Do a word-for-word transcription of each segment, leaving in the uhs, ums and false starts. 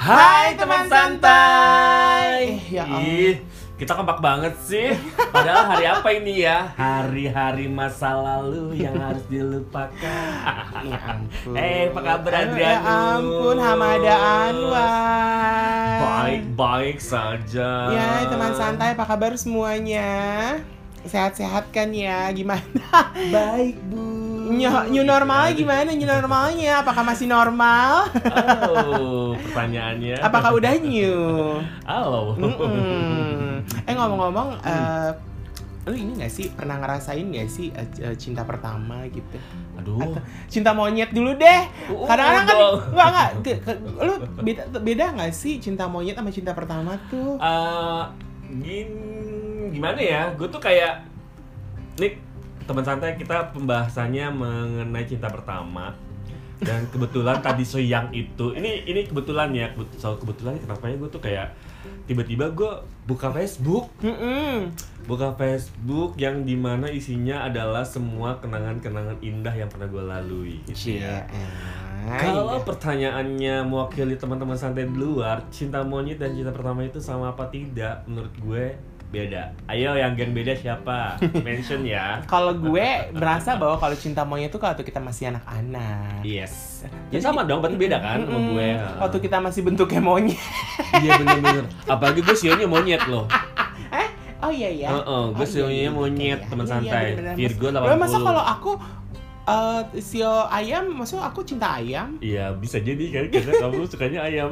Hai teman santai. Eh, ya Ih, kita kompak banget sih. Padahal hari apa ini ya? Hari-hari masa lalu yang harus dilupakan. Ya ampun. Eh, apa kabar Adriano? Ya ampun, Hamada Anwar. Baik-baik saja. Ya teman santai, apa kabar semuanya? Sehat-sehat kan ya? Gimana? Baik, Bu. New, new normalnya gimana? New normalnya? Apakah masih normal? Oh, pertanyaannya. Apakah udah new? Oh. Mm-mm. Eh ngomong-ngomong, uh, lu ini gak sih pernah ngerasain gak sih uh, cinta pertama gitu? Aduh. Atau cinta monyet dulu deh. Uh, Kadang-kadang kan dong. enggak enggak ke- ke- lu beda beda gak sih cinta monyet sama cinta pertama tuh? Uh, gin, gimana ya? Gue tuh kayak nih teman santai, kita pembahasannya mengenai cinta pertama. Dan kebetulan tadi siang itu, ini ini kebetulan ya, soal kebetulan kenapa ya gue tuh kayak tiba-tiba gue buka Facebook, Mm-mm. buka Facebook yang dimana isinya adalah semua kenangan-kenangan indah yang pernah gue lalui, gitu ya. Cie, Kalau iya. pertanyaannya mewakili teman-teman santai di luar, cinta monyet dan cinta pertama itu sama apa tidak? Menurut gue beda. Ayo yang geng beda siapa? Mention ya. Kalau gue berasa bahwa kalau cinta monyet tuh kalau kita masih anak-anak. Yes. Ya sama dong, berarti beda kan sama Mm-mm. gue. Waktu kita masih bentuknya monyet. Iya bener-bener. Apalagi gue sionya monyet loh. Eh? Oh iya ya. Heeh, gue sionya monyet, teman santai. Virgo delapan puluh. Masa kalau aku uh, sio ayam, maksud aku cinta ayam? Iya, bisa jadi kan karena kamu sukanya ayam.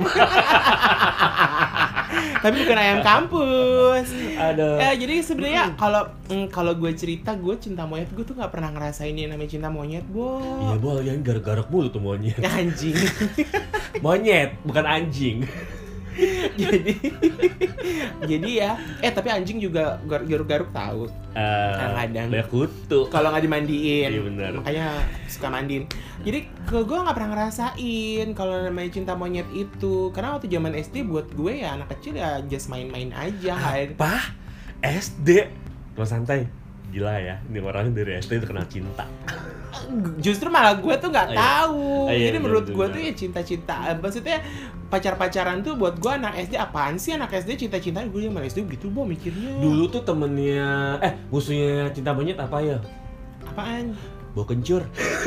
Tapi bukan ayam kampus. Aduh. Ya, jadi sebenarnya kalau mm, kalau gue cerita gue cinta monyet, gue tuh nggak pernah ngerasain yang namanya cinta monyet, Bo. Iya, boleh yang garuk-garuk mulu tuh monyet. Anjing. Monyet, bukan anjing. jadi jadi ya, eh tapi anjing juga gar- garuk-garuk tahu. Eh, Kadang-kadang. banyak kutu. Kalau nggak dimandiin, Iya, benar. makanya suka mandiin. Jadi ke gue nggak pernah ngerasain kalau namanya cinta monyet itu, karena waktu zaman S D buat gue ya anak kecil ya just main-main aja. nggak ada- Apa? S D? Teman santai. Gila ya, ini orang dari S D udah kenal cinta. Justru malah gue tuh nggak Oh, iya. tahu. Oh, iya, Jadi bener, menurut bener, gue bener. tuh ya cinta-cinta. Maksudnya pacar-pacaran tuh buat gue anak S D apaan sih, anak S D cinta-cintaan. Gue zaman S D begitu Bo mikirnya. Dulu tuh temennya, eh musuhnya cinta monyet apa ya? Apaan? Bau kencur.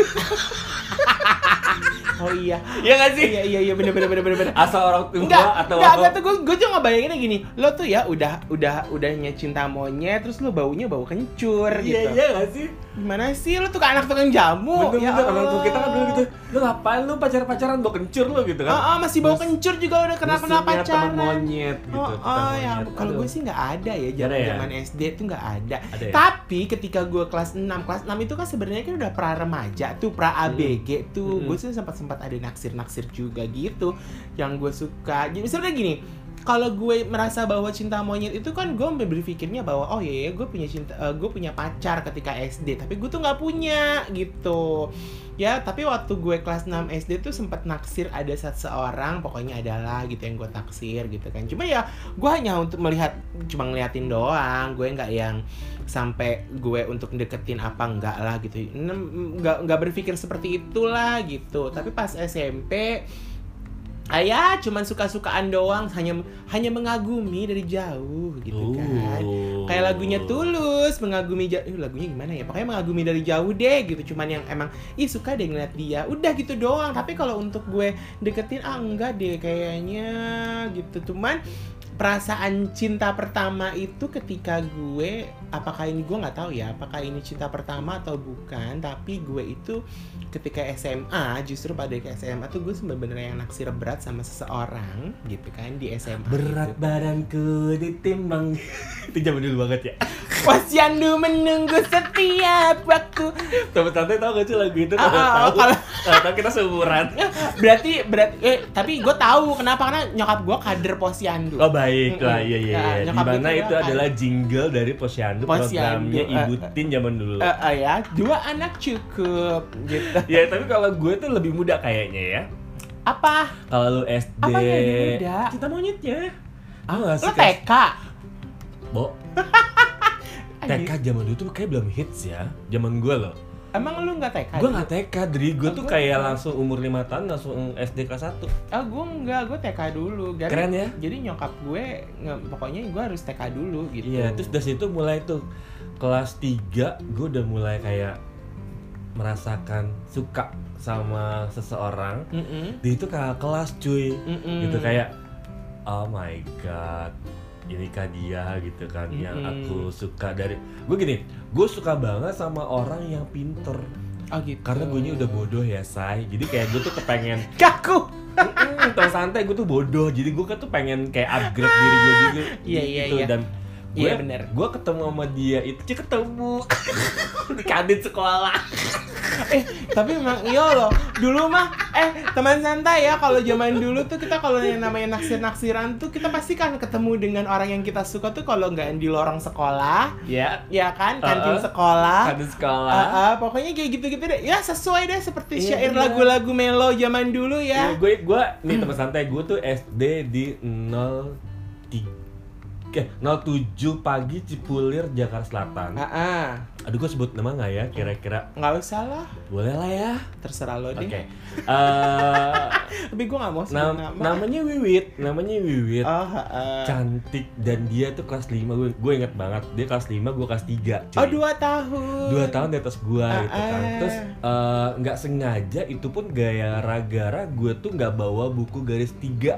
Oh iya. Iya gak sih? Iya iya iya bener bener bener bener bener. Asal orang tua Enggak, atau enggak, apa? enggak tuh gue gue cuma bayanginnya gini. Lo tuh ya udah udah udahnya cinta monyet, terus lo baunya bau kencur Iya gitu. iya gak sih? Gimana sih lo tuh kayak anak tukang jamu? Bener-bener Ya orang tua kita kan dulu Allah. gitu. Lu ngapain lu pacar-pacaran bau kencur lu gitu kan? Ah, ah, masih bau Terus kencur juga udah kenapa kenapa musuhnya pacaran. teman monyet gitu. Oh, cinta oh ya, monyet. kalau Aduh. gue sih nggak ada ya Nggak ada ya? zaman S D tuh nggak ada. Ada ya? Tapi ketika gue kelas enam, kelas enam itu kan sebenarnya kan udah pra remaja tuh, pra A B G tuh. Hmm. Gue sih sempat sempat ada naksir-naksir juga gitu yang gue suka. Jadi sebenarnya gini, kalau gue merasa bahwa cinta monyet itu kan gue berpikirnya bahwa oh iya, ya gue punya cinta, eh, gue punya pacar ketika S D, tapi gue tuh nggak punya gitu. Ya, tapi waktu gue kelas enam S D tuh sempat naksir ada seseorang, pokoknya adalah gitu yang gue taksir gitu kan. Cuma ya gue hanya untuk melihat, cuma ngeliatin doang, gue nggak yang sampai gue untuk deketin apa enggak lah gitu. Nggak nggak berpikir seperti itulah gitu. Tapi pas S M P ayah cuman suka-sukaan doang, hanya hanya mengagumi dari jauh gitu kan. Oh. Kayak lagunya Tulus, mengagumi jauh. Eh, lagunya gimana ya? Pokoknya mengagumi dari jauh deh gitu. Cuman yang emang ih suka deh ngeliat dia. Udah gitu doang. Tapi kalau untuk gue deketin ah enggak deh kayaknya gitu. Cuman perasaan cinta pertama itu ketika gue, apakah ini gue nggak tahu ya, apakah ini cinta pertama atau bukan, tapi gue itu ketika S M A, justru pada ke S M A tuh gue sebenarnya yang naksir berat sama seseorang gitu kan di S M A. Berat gitu. badanku ditimbang. Itu zaman dulu banget ya. Posyandu menunggu setiap waktu. Temen santai tau gak sih lagu itu? Ah, Kalau ah, tahu, kalau- kalau tahu kita seumuran. Berarti berarti eh tapi gue tahu kenapa, karena nyokap gue kader Posyandu. Oh baik lah, Mm-mm. iya iya. Ya, iya. nyokap Dimana gue itu kan- adalah jingle dari Posyandu, Posyandu, programnya eh, Ibu Tin zaman dulu. Eh, eh, ya, dua anak cukup gitu. Ya tapi kalau gue tuh lebih muda kayaknya ya. Apa? Kalau lu S D, Apa yang lebih muda? cinta monyetnya. Ah nggak sih? Lo T K? Bo, T K zaman dulu tuh kayak belum hits ya. Zaman gue loh. Emang lu nggak T K? Gue nggak T K, Dri. Gue Oh, tuh gua kayak T K. langsung umur lima tahun langsung S D kelas satu. Ah, gue enggak, gue T K dulu. Jadi, Keren ya? Jadi nyokap gue, nge, pokoknya gue harus T K dulu gitu. Iya, terus dari situ mulai tuh kelas tiga gue udah mulai kayak merasakan suka sama seseorang. Mm-mm. Dia itu kakak kelas cuy. Mm-mm. Gitu kayak oh my god, ini kah dia gitu kan Mm-mm. yang aku suka dari gue gini, gue suka banget sama orang yang pinter. Oh gitu. Karena gue udah bodoh ya, say. Jadi kayak gue tuh kepengen kaku. mm, tau santai, gue tuh bodoh. Jadi gue kan tuh pengen kayak upgrade diri gue juga. Iya, iya, gitu. iya. Dan gue, Iya, bener. gue ketemu sama dia itu cik ketemu di kantin sekolah. Eh, tapi memang iya loh. Dulu mah eh teman santai ya, kalau zaman dulu tuh kita kalau yang namanya naksir-naksiran tuh kita pasti kan ketemu dengan orang yang kita suka tuh kalau nggak di lorong sekolah, Ya, ya kan, kantin Uh-uh. sekolah. kantin sekolah. Ah, ah, pokoknya kayak gitu-gitu deh. Ya sesuai deh seperti Iya, syair bener. lagu-lagu melo zaman dulu Ya, ya. gue gue nih teman santai gue tuh S D di nol tiga eh, nol tujuh pagi Cipulir Jakarta Selatan. Ah, ah. Aduh, gue sebut nama nggak ya kira-kira? Nggak usah lah, Boleh lah ya. terserah lo Oke. deh. Eh, Tapi gue nggak mau sebut nam- nama. namanya Wiwit, namanya Wiwit. Oh, ah, ah. Cantik, dan dia tuh kelas lima. Gue gue inget banget. Dia kelas lima, gue kelas tiga. cuy. Oh, dua tahun. Dua tahun di atas gue Ah, gitu kan. ah. Terus eh, nggak sengaja itu pun gara-gara gue tuh nggak bawa buku garis tiga.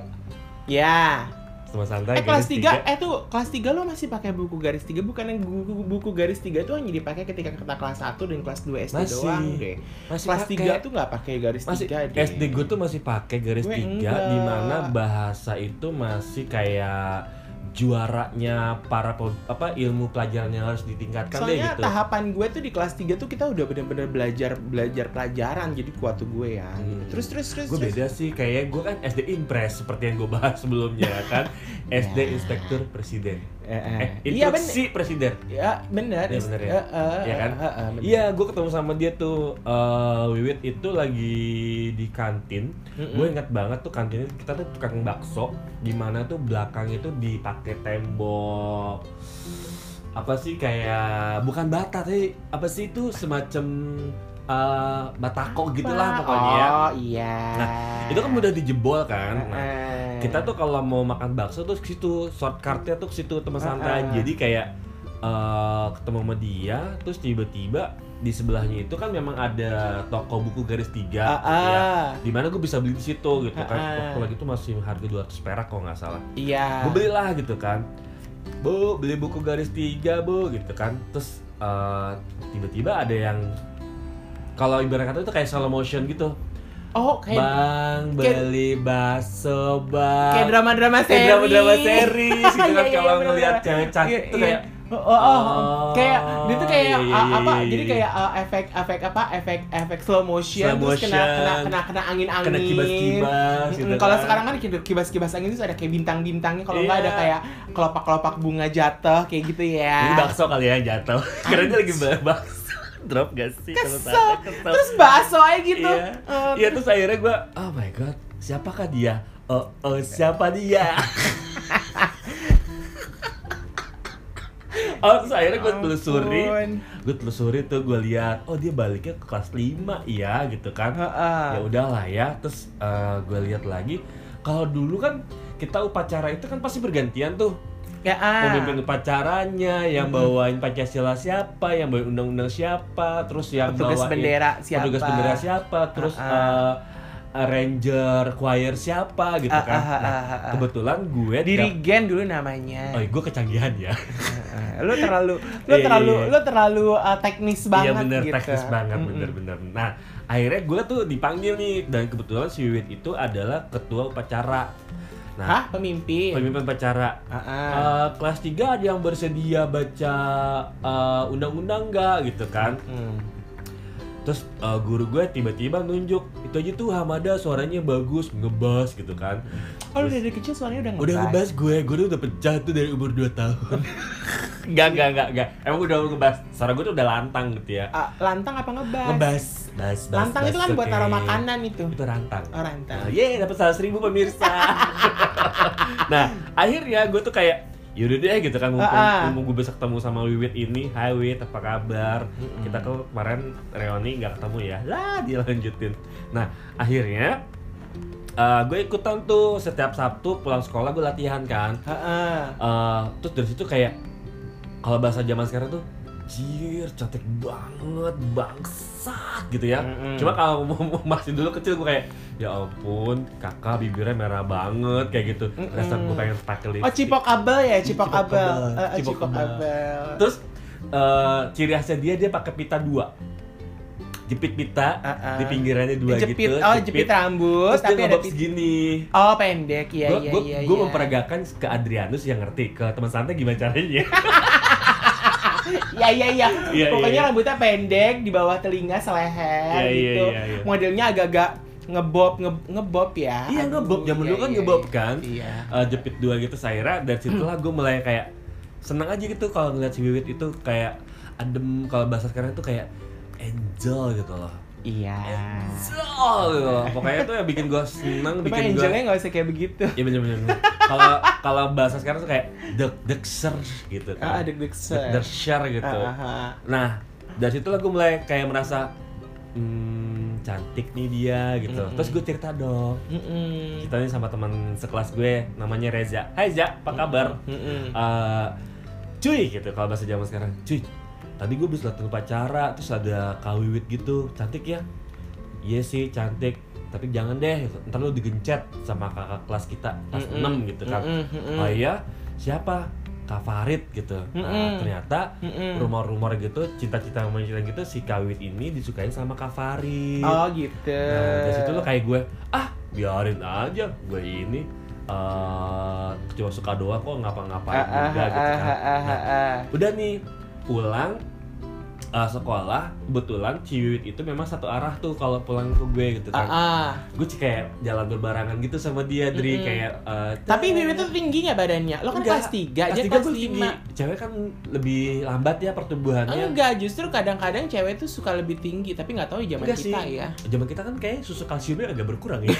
Ya. Sama santai Eh kelas garis tiga, eh tuh kelas tiga lo masih pakai buku garis tiga, bukan yang buku, buku garis tiga tuh hanya dipakai ketika kita kelas satu dan kelas dua S D Masih. doang deh. Masih Kelas pakai. tiga tuh nggak pakai garis Masih tiga deh. S D gue tuh masih pakai garis Gue tiga, enggak. di mana bahasa itu masih kayak juaranya para pe- apa ilmu pelajaran yang harus ditingkatkan deh Soalnya gitu. tahapan gue tuh di kelas tiga tuh kita udah bener-bener belajar belajar pelajaran, jadi kuat tuh gue ya. Hmm. Terus terus terus. Gue terus. beda sih, kayak gue kan S D Impres seperti yang gue bahas sebelumnya kan. S D Ya. Inspektur Presiden. Eh, eh. Eh, Iya bener. instruksi presiden. Ya bener. Iya, bener ya? Eh, eh, Iya kan? eh, eh, bener. Iya, gue ketemu sama dia tuh eh, Wiwit itu lagi di kantin. Mm-mm. Gue ingat banget tuh kantinnya kita tuh tukang bakso, di mana tuh belakang itu dipakai tembok apa sih, kayak bukan bata tapi apa sih itu semacam eh, batako gitulah pokoknya ya. Oh iya. Nah, itu kan mudah dijebol kan. Nah, Eh. kita tuh kalau mau makan bakso tuh ke situ, shortcutnya tuh ke situ teman santai. Uh-uh. Jadi kayak eh, ketemu sama dia, terus tiba-tiba di sebelahnya itu kan memang ada toko buku garis tiga, Uh-uh. gitu ya. Dimana gue bisa beli di situ gitu kan. Uh-uh. Waktu lagi itu masih harga dua ratus perak kalau nggak salah. Iya. Gue belilah gitu kan. Bu, beli buku garis tiga bu, gitu kan. Terus eh, tiba-tiba ada yang kalau ibarat kata itu kayak slow motion gitu. Oh, kayak Bang, kayak- beli bakso, bang. kayak drama-drama Kayak seri. drama-drama series gitu kan. Iya, iya, Kalau bener-bener. ngeliat cewek cantik Iya, tuh iya. kayak Oh, oh, oh. Oh, kayak dia tuh kayak iya, iya, uh, apa? iya, Jadi iya. kayak uh, efek efek apa? Efek efek slow motion, Slow terus kena motion. kena kena kena angin-angin. Kena kibas-kibas Mm, gitu Kalau kan. sekarang kan kibas-kibas angin itu ada kayak bintang-bintangnya. Kalau nggak Iya. ada kayak kelopak-kelopak bunga jatuh kayak gitu ya. Ini bakso kali ya jatuh. Karena dia lagi bahas bakso. Drop gak sih? kalau Kesel. sampai kesel. Terus bakso aja gitu. Iya. Eh, Iya, terus akhirnya gue, oh my god, siapakah dia? Oh, oh siapa dia? Oh, terus akhirnya gue telusuri, Ampun. gue telusuri tuh gue lihat, oh dia baliknya ke kelas lima, iya gitu kan. Heeh. Ya udahlah ya, terus eh, gue lihat lagi, kalau dulu kan kita upacara itu kan pasti bergantian tuh. Ya ah. Pemimpin upacaranya, yang bawain Pancasila siapa, yang bawain undang-undang siapa, terus yang Petugas bawain bendera siapa. petugas bendera siapa, terus Ah, eh, ranger choir siapa gitu Ah, kan. ah, ah, Nah, ah, ah. kebetulan gue Dirigen dulu namanya. Oh, gue kecanggihan ya. Heeh. Lu terlalu lu Iya, terlalu iya, iya. lu terlalu uh, teknis banget Iya bener, gitu. teknis banget, Mm-mm. bener-bener. Nah, akhirnya gue tuh dipanggil nih, dan kebetulan si Wiwit itu adalah ketua upacara. Nah, Hah, pemimpin. pemimpin upacara. Heeh. Eh, kelas tiga ada yang bersedia baca eh, undang-undang nggak gitu kan. Hmm. Terus eh, guru gue tiba-tiba nunjuk, itu aja tuh Hamada suaranya bagus, ngebas gitu kan. Oh, lu dari kecil suaranya udah Udah ngebas gue, gue tuh udah pecah tuh dari umur dua tahun. Enggak, enggak, enggak, enggak. Emang udah ngebas, suara gue tuh udah lantang gitu ya. Ah, lantang apa ngebas? Ngebas, bas, bas, Lantang bas, itu kan buat oke. taruh makanan itu. Itu rantang. Oh, rantang. Yeay, dapat seratus ribu pemirsa. Nah, akhirnya gue tuh kayak yaudah deh gitu kan, mumpung, Ah, ah. mumpung gue bisa ketemu sama Wiwit ini. Hai Wit, apa kabar? Mm-mm. Kita tuh kemarin reuni nggak ketemu ya. Lah dia lanjutin. Nah akhirnya uh, gue ikutan tuh setiap Sabtu pulang sekolah gue latihan kan. Heeh. Uh, terus dari situ kayak kalau bahasa zaman sekarang tuh jir, cantik banget, bangsat gitu ya. Mm-mm. Cuma kalau masih dulu kecil gue kayak ya ampun, kakak bibirnya merah banget kayak gitu. Mm-mm. Rasa gue pengen pakai lipstick. Oh, cipok abel ya, cipok Cipok abel. abel, Eh, eh, cipok Cipok abel. abel. Terus uh, ciri khasnya dia dia pakai pita dua. Jepit pita Uh-uh. di pinggirannya dua jepit, gitu. oh jepit rambut, Terus tapi dia ada ngebab pit- segini. Oh pendek, iya Gue iya gue iya. gue iya. memperagakan ke Adrianus yang ngerti, ke teman santai gimana caranya. Iya iya iya. Iya, Pokoknya iya. rambutnya pendek di bawah telinga seleher Iya, iya, gitu. iya, iya. Modelnya agak-agak ngebob nge- ngebob ya. Iya Aduh, ngebob, zaman iya, dulu kan iya, ngebob iya. kan. Iya. Uh, jepit dua gitu Saira, dari situlah gue mulai kayak seneng aja gitu kalau ngeliat si Wiwit itu kayak adem, kalau bahasa sekarang itu kayak angel gitu loh. Iya. Angel gitu loh. Pokoknya tuh yang bikin gue seneng, Tapi bikin gue. angelnya nggak usah kayak begitu. Iya bener-bener. Kalau kalau bahasa sekarang tuh kayak deg degser gitu Ah, kan. deg-degser. Deg-degser gitu. Ah, ah, ah. Nah dari situlah gue mulai kayak merasa hmm, cantik nih dia gitu. Mm-mm. Terus gue cerita dong. Mm-mm. Ceritanya sama teman sekelas gue namanya Reza. Hai Za, apa kabar? Mm-mm. Eh, cuy gitu kalau bahasa zaman sekarang. Cuy, tadi gue habis latihan upacara, terus ada Kak Wiwit gitu, cantik ya? Iya sih cantik, tapi jangan deh, ntar lu digencet sama kakak kelas kita kelas Mm-mm. enam gitu kan. Mm-mm, mm-mm. Oh iya, siapa? Kak Farid gitu. Nah, Mm-mm. ternyata Mm-mm. rumor-rumor gitu, cinta-cinta cinta gitu si Kak Wiwit ini disukain sama Kak Farid. Oh gitu. Nah, dari situ lo kayak gue, ah biarin aja gue ini eh cuma suka doang kok ngapa-ngapain Ah, ah, juga gitu ah, kan. ah, ah, Nah, ah. udah nih pulang eh, sekolah, kebetulan Ciwit itu memang satu arah tuh kalau pulang ke gue gitu Ah, kan. ah. Gue sih kayak jalan berbarangan gitu sama dia, Dri, Mm-mm. kayak eh, Tapi Wiwit tuh tinggi nggak badannya? Lo kan enggak, kelas tiga, kelas dia tiga kelas gue tinggi. lima. Cewek kan lebih lambat ya pertumbuhannya. Enggak, justru kadang-kadang cewek tuh suka lebih tinggi, tapi nggak tahu di zaman Enggak kita sih. ya. Zaman kita kan kayak susu kalsiumnya agak berkurang ya.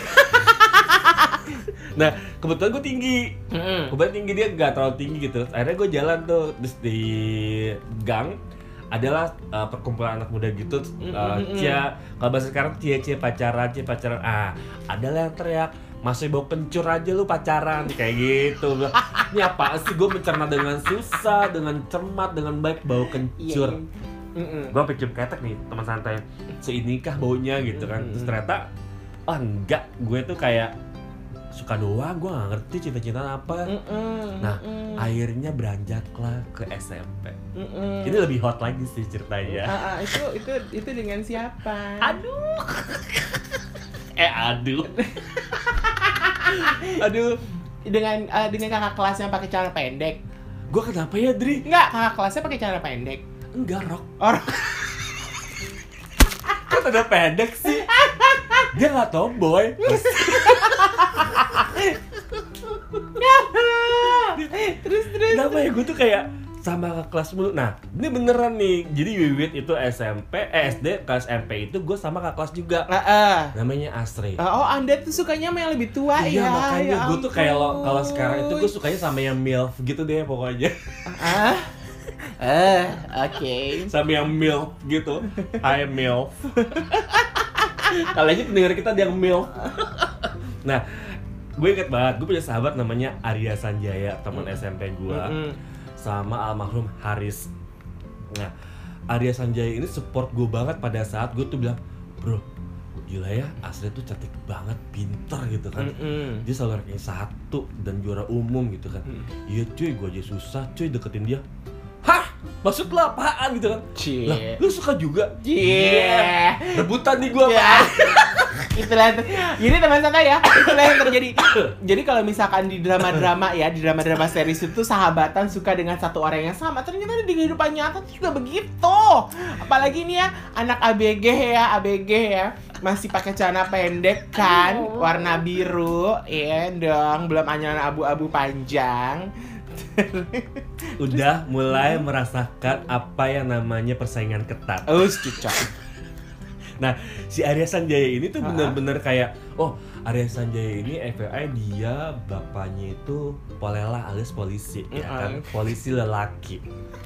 Nah, kebetulan gue tinggi. Mm-mm. Kebetulan tinggi, dia nggak terlalu tinggi gitu. Akhirnya gue jalan tuh, terus di gang adalah uh, perkumpulan anak muda gitu. Uh, Mm-mm. Cia, kalau bahasa sekarang cia cia pacaran, cia pacaran. Ah, adalah yang teriak, masih bau kencur aja lu pacaran kayak gitu. Ini apa sih, gue mencerna dengan susah, dengan cermat, dengan baik bau kencur. Iya. Mm-mm. Gue pikir ketek nih teman santai, seinikah baunya gitu kan. Terus ternyata ah enggak, gue tuh kayak suka doang, gue gak ngerti cinta-cintaan apa. Mm-mm. Nah, Mm-mm. akhirnya beranjaklah ke S M P. Mm-mm. Ini lebih hot lagi sih ceritanya. Ah, ah, itu itu itu dengan siapa? Aduh. eh aduh. aduh. Dengan ah, dengan kakak kelas yang pakai celana pendek. Gue kenapa ya, Dri? Enggak, kakak kelasnya pakai celana pendek. Enggak, Rok. Orang Kok ada pendek sih? Dia gak tomboy. terus terus. Kenapa ya, gue tuh kayak sama ke kelas mulu. Nah, ini beneran nih. Jadi Wiwit itu S M P, eh S D, kelas M P itu gue sama ke kelas juga. Ah, ah. Namanya Asri. Ah, oh, Anda tuh sukanya sama yang lebih tua Iya, ya. makanya ya gue tuh kayak lo kalau ampun. sekarang itu gue sukanya sama yang MILF gitu deh pokoknya. Ah. Eh, oke. Sama yang MILF gitu. Hai MILF. Kali aja pendengar kita ada yang MILF. Nah, gue inget banget, gue punya sahabat namanya Arya Sanjaya, teman S M P gue. Mm-mm. Sama almarhum Haris. Nah, Arya Sanjaya ini support gue banget pada saat gue tuh bilang, bro, gila ya, Asri tuh cantik banget, pinter gitu kan. Mm-mm. Dia selalu ranking satu dan juara umum gitu kan. Mm. Iya cuy, gue aja susah cuy deketin dia. Hah? Maksud lo apaan gitu kan? Cie. Lah, lu suka juga? Cie. Yeah. Rebutan nih gue Ya. Itulah jadi teman santai ya, itulah yang terjadi. Jadi kalau misalkan di drama-drama ya, di drama-drama series itu sahabatan suka dengan satu orang yang sama, ternyata di kehidupan nyata tuh juga begitu. Apalagi nih ya, anak A B G ya, A B G ya, masih pakai celana pendek kan, warna biru, iya dong, belum anyalan abu-abu panjang. udah mulai merasakan apa yang namanya persaingan ketat. Oh, cucok. Nah, si Arya Sanjaya ini tuh Ha-ha. bener-bener kayak, oh Arya Sanjaya ini F Y I dia bapaknya itu Polela alias polisi, ya kan? Mm-mm. Polisi lelaki.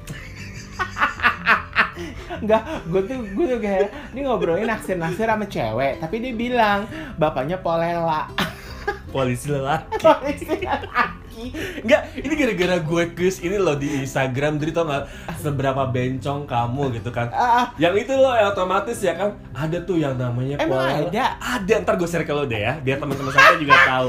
Enggak, gue tuh gue tuh kayak ini ngobrolin naksir-naksir sama cewek, tapi dia bilang bapaknya Polela. Polisi lelaki. Polisi laki. Enggak, ini gara-gara gue kuis ini loh di Instagram, jadi tau gak seberapa bencong kamu gitu kan. Ah, Yang itu loh yang otomatis ya kan, ada tuh yang namanya Emang Polela. ada? Ada, ntar gue share ke lo deh ya, biar teman-teman saya juga tahu.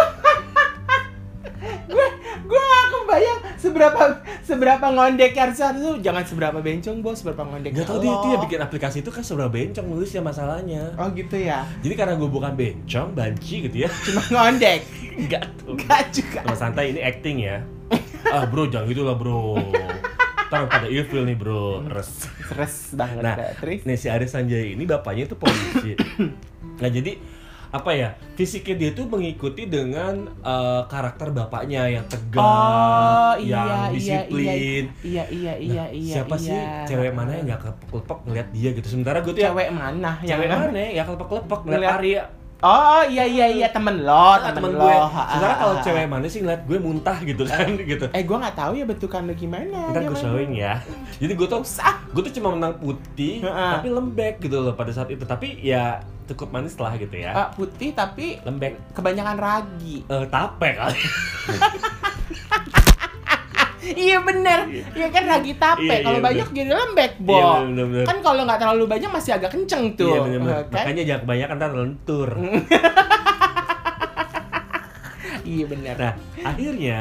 gue gue gak kebayang seberapa seberapa ngondek harusnya tuh, jangan seberapa bencong bos, seberapa ngondek. Gak tau dia itu ya bikin aplikasi itu kan seberapa bencong nulisnya masalahnya. Oh gitu ya, Jadi karena gue bukan bencong, banci gitu ya. cuma ngondek. Enggak tuh. Enggak juga. Teman santai ini acting ya. Ah bro, jangan gitu lah bro. Ntar pada ilfil nih bro, res. Stres banget. Nah, Kak. Terus nih si Arya Sanjaya ini bapaknya itu polisi. Nah jadi apa ya, fisiknya dia tuh mengikuti dengan eh, karakter bapaknya yang tegas, Oh, yang iya, iya, disiplin. iya iya iya Nah, iya. siapa iya. sih cewek mana yang gak kelepek-kelepek ngeliat dia gitu. Sementara gue tuh ya, Cewek mana? cewek yang- mana ya kelepek-kelepek ngeliat Ngeliat- Arya. Oh iya iya iya temen lo, Ah, temen, temen lo. gue. Ha, Sementara ha, kalau ha, cewek ha. mana sih ngeliat gue muntah gitu kan gitu. Eh gue nggak tahu ya bentukan lo gimana. Ntar gue gimana. showing ya. Jadi gue tuh Usah. gue tuh cuma menang putih Heeh. tapi lembek gitu loh pada saat itu. Tapi ya cukup manis lah gitu ya. Ah, putih tapi Lembek. kebanyakan ragi. Eh tape kali. Iya bener, iya kan ragi tape. Iya, Kalau iya, banyak jadi lembek, Bo. Iya, bener-bener. Kan kalau nggak terlalu banyak masih agak kenceng tuh. Iya bener-bener. kan? Makanya jangan kebanyakan ntar lentur. Iya bener. Nah akhirnya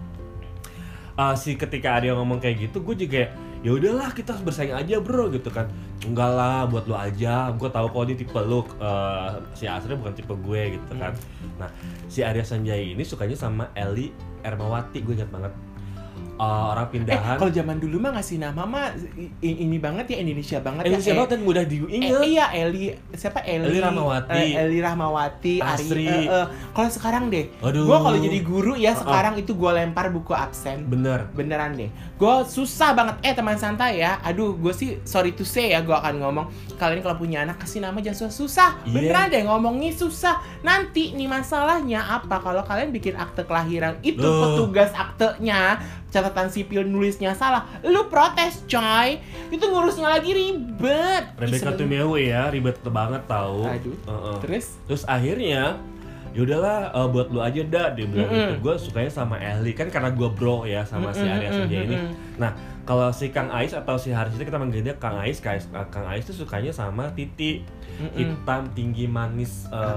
uh, si ketika Arya ngomong kayak gitu, gue juga ya udahlah kita bersaing aja bro gitu kan. Enggak lah, buat lo aja. Gue tahu kok ini tipe lo, uh, si Asri bukan tipe gue gitu kan. Nah si Arya Sanjaya ini sukanya sama Eli Ermawati, gue ingat banget. Uh, orang Eh, pindahan. kalau zaman dulu mah ngasih nama mah i- ini banget ya, Indonesia banget Indonesia ya. banget dan mudah Eh, diingat. iya Eli siapa Eli Eli Rahmawati. eh, Eli Rahmawati Asri. Ari, eh, eh. Kalau sekarang deh, Aduh. gue kalau jadi guru ya Uh-uh. sekarang itu gue lempar buku absen. Bener. Beneran deh, gue susah banget. Eh teman santai ya, aduh gue sih sorry to say ya, gue akan ngomong kalian kalau punya anak kasih nama jangan susah. Iya. Beneran deh ngomongnya susah. Nanti nih masalahnya apa kalau kalian bikin akte kelahiran itu Loh. petugas aktenya catatan sipil nulisnya salah, lu protes coy, itu ngurusnya lagi ribet. Ih, Rebecca sebelum- Tumewe ya, ribet banget tahu. Aduh. Uh-uh. Terus Terus akhirnya yaudahlah uh, buat lu aja dah dia bilang Mm-mm. gitu. Gue sukanya sama Eli kan karena gue bro ya sama si Mm-mm, Arya Sanjaya ini. mm-mm. Nah kalau si Kang Ais atau si Haris itu kita manggilnya Kang Ais. Kang Ais, Kang Ais tuh sukanya sama Titi, Mm-mm. hitam tinggi manis. uh,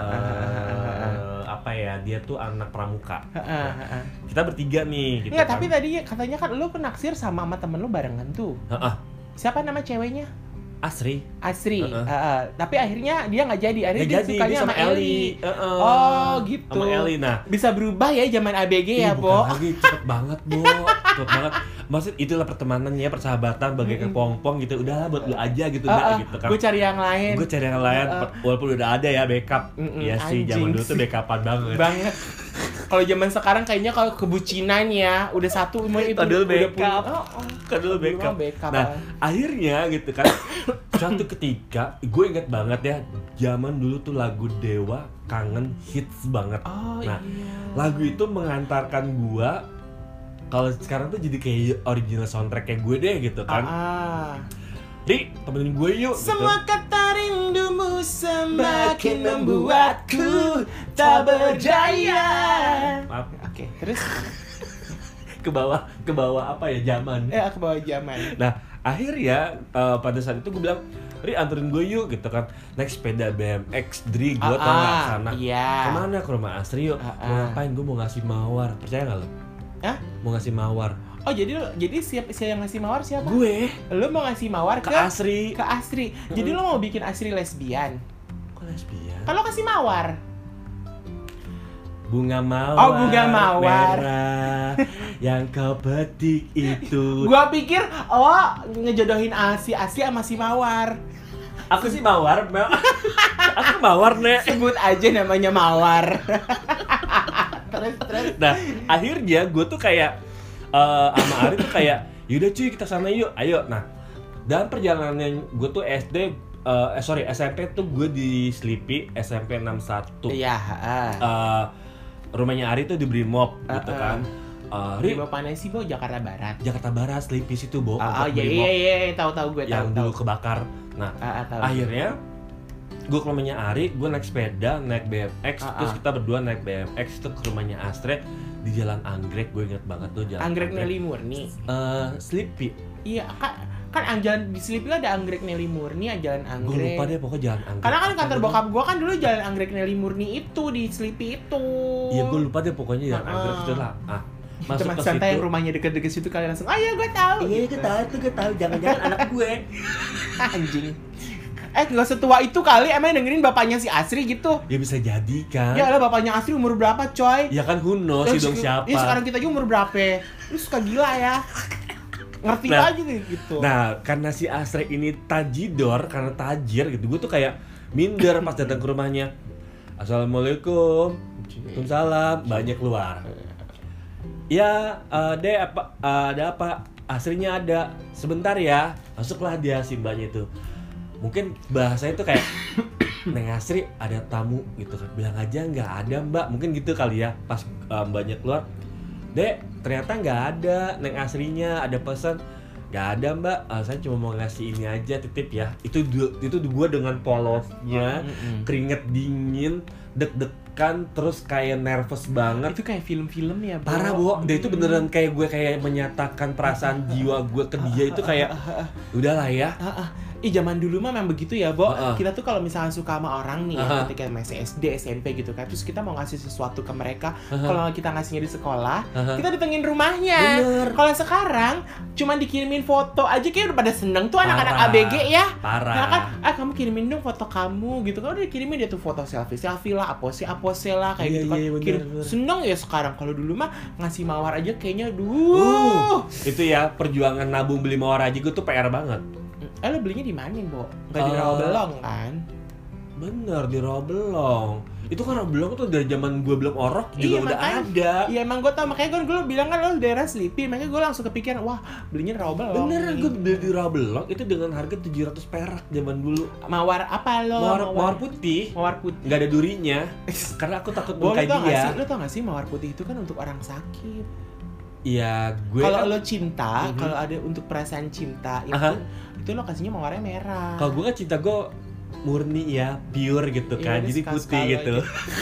Ah. apa ya, dia tuh anak pramuka. Heeh, heeh. Kita bertiga nih. Gitu Enggak, kan. tapi tadi katanya kan lu penaksir sama sama temen lu barengan tuh. Heeh. Siapa nama ceweknya? Asri. Asri. Heeh. Heeh. Tapi akhirnya dia nggak jadi. Akhirnya Nggak dia jadi, sukanya dia sama, Eli. Heeh. Oh, gitu. Sama Eli. Nah Bisa berubah ya zaman A B G ya, Ih, bukan Bo. lagi, cepet banget, Bo. Cepet banget. Maksud itulah pertemanannya, persahabatan, bagai Mm-mm. kepompong gitu. Udahlah buat lu aja gitu, dah gitu kan. Gue cari yang lain. Gue cari yang lain, Uh-uh. walaupun udah ada ya backup. Mm-mm, Iya sih, zaman anjing dulu tuh sih. backupan banget. Banget. Kalau zaman sekarang kayaknya kalau kebucinan ya udah satu mau itu Padahal udah backup. punya- Oh, oh. Kan dulu backup. Dulu backup, Nah, ah. akhirnya gitu kan. Suatu ketika, gue inget banget ya, zaman dulu tuh lagu Dewa Kangen hits banget. Oh Nah, iya. lagu itu mengantarkan gua kalau sekarang tuh jadi kayak original soundtrack kayak gue deh gitu kan. Ah. Ri, temenin gue yuk gitu. Semua kata rindumu semakin membuatku tak berdaya. Maaf, Oke, terus ke bawah ke bawah apa ya zaman. eh ke bawah zaman. Nah, akhirnya eh, pada saat itu gue bilang, Ri anterin gue yuk gitu kan. Naik sepeda B M X Dri, gue Ah, tau gak ah, sana. iya. Kemana? Ke rumah Asri yuk. Ah, Mau ah. ngapain? Gue mau ngasih mawar. Percaya gak lo? Hah? Mau ngasih mawar. Oh jadi lo- jadi siapa siapa yang ngasih mawar siapa? Gue Lo mau ngasih mawar ke ke Asri. ke Asri. Jadi lo mau bikin Asri lesbian. Kok lesbian? Kalau kasih mawar. Bunga mawar, Oh, bunga mawar. merah yang kau petik itu. Gua pikir oh ngejodohin si Asi sama si Mawar. Aku sih mawar, Mel. Aku mawar, Nek. Sebut aja namanya Mawar. terus terus. Nah, akhirnya gue tuh kayak eh, sama Ari tuh kayak, yaudah cuy kita sana yuk, ayo. Nah, dalam perjalanan gue tuh S D uh, eh sorry S M P tuh gue di Sleepy S M P enam satu. Iya, heeh. Uh, rumahnya Ari tuh di Brimob uh, gitu kan. Uh, Brimob mana sih, Bo? Jakarta Barat. Jakarta Barat, Sleepy situ, Bo. Oh, oh iya iya iya, tahu-tahu gue tahu. Yang tahu. dulu kebakar. Nah, uh, uh, tahu. Akhirnya gue ke rumahnya Ari, gue naik sepeda, naik B M X, uh, uh. terus kita berdua naik B M X itu ke rumahnya Astre di Jalan Anggrek. Gue inget banget tuh Jalan Anggrek. Anggrek Nelly Murni. Uh, Sleepy. Iya, kan kan jalan di Sleepy ada Anggrek Nelly Murni, Jalan Anggrek. Gue lupa deh pokoknya Jalan Anggrek. Karena kan kantor bokap gue kan dulu Jalan Anggrek Nelly Murni itu di Sleepy itu. Iya, gue lupa deh pokoknya Jalan uh, Anggrek itu lah. Ah, masuk teman ke santai situ. Yang rumahnya deket-deket situ kalian langsung, "Ah iya, gue tahu." Iya, gue tahu tuh, gue tahu. Jangan-jangan anak gue. Anjing. Eh, gak setua itu kali, emang dengerin bapaknya si Asri gitu? Ya bisa jadi kan. Ya lah, bapaknya Asri umur berapa, coy? Ya kan who knows sih dong siapa. Ya sekarang kita aja umur berapa? Lu suka gila ya. Ngerti nah, aja nih gitu. Nah, karena si Asri ini tajidor, karena tajir gitu, gue tuh kayak minder pas datang ke rumahnya. Assalamualaikum. Waalaikumsalam. Banyak keluar. Ya, uh, deh apa uh, ada apa? Asrinya ada. Sebentar ya. Masuklah dia si mbaknya itu. Mungkin bahasanya tuh kayak Neng Asri ada tamu gitu kan, bilang aja nggak ada mbak, mungkin gitu kali ya. Pas uh, mbaknya keluar, Dek ternyata nggak ada Neng Asrinya, ada pesan nggak ada mbak, uh, saya cuma mau ngasih ini aja titip ya. Itu itu gue dengan polosnya, mm-hmm. keringet dingin, deg-degan, terus kayak nervous banget. Itu kayak film-film ya, Bo. Parah, Bo. Dia itu beneran kayak gue kayak menyatakan perasaan jiwa gue ke dia itu kayak udahlah ya. Ih, zaman dulu mah memang begitu ya, Bo. Uh-uh. Kita tuh kalau misalnya suka sama orang nih ya, uh-huh. ketika masih S D, S M P gitu kan, terus kita mau ngasih sesuatu ke mereka, uh-huh. kalau kita ngasihnya di sekolah, uh-huh. kita datengin rumahnya. Kalau sekarang cuma dikirimin foto aja kayak udah pada seneng tuh anak-anak A B G ya. Parah. Nah kan, ah kamu kirimin dong foto kamu gitu kan, udah dikirimin dia tuh foto selfie-selfie lah, apose-apose lah kayak iya, gitu kan. Iya, bener, Kirim. bener. Seneng ya sekarang. Kalau dulu mah ngasih mawar aja kayaknya duh. Uh, itu ya perjuangan nabung beli mawar aja gue tuh P R banget. Eh, lo belinya di mana, Bo? Gak di Uh, Rawabelong kan? Bener, di Rawabelong. Itu kan Rawabelong tuh dari zaman gue belum orok juga iya, udah makanya, ada. Iya emang gue tau, makanya gue bilang kan lo daerah Sleepy, makanya gue langsung kepikiran, wah belinya di Rawabelong. Beneran, gue beli di Rawabelong itu dengan harga tujuh ratus perak zaman dulu. Mawar apa lo? Mawar, mawar putih. Mawar putih. Gak ada durinya. Karena aku takut Bo, bengkai lo tau dia. gak sih, lo tau gak sih mawar putih itu kan untuk orang sakit. Iya, gue kalau kan, lo cinta, mm-hmm. kalau ada untuk perasaan cinta itu, uh-huh. itu lo kasihnya mawarnya merah. Kalau gue kan cinta gue murni ya, pure gitu kan, ya, jadi putih gitu.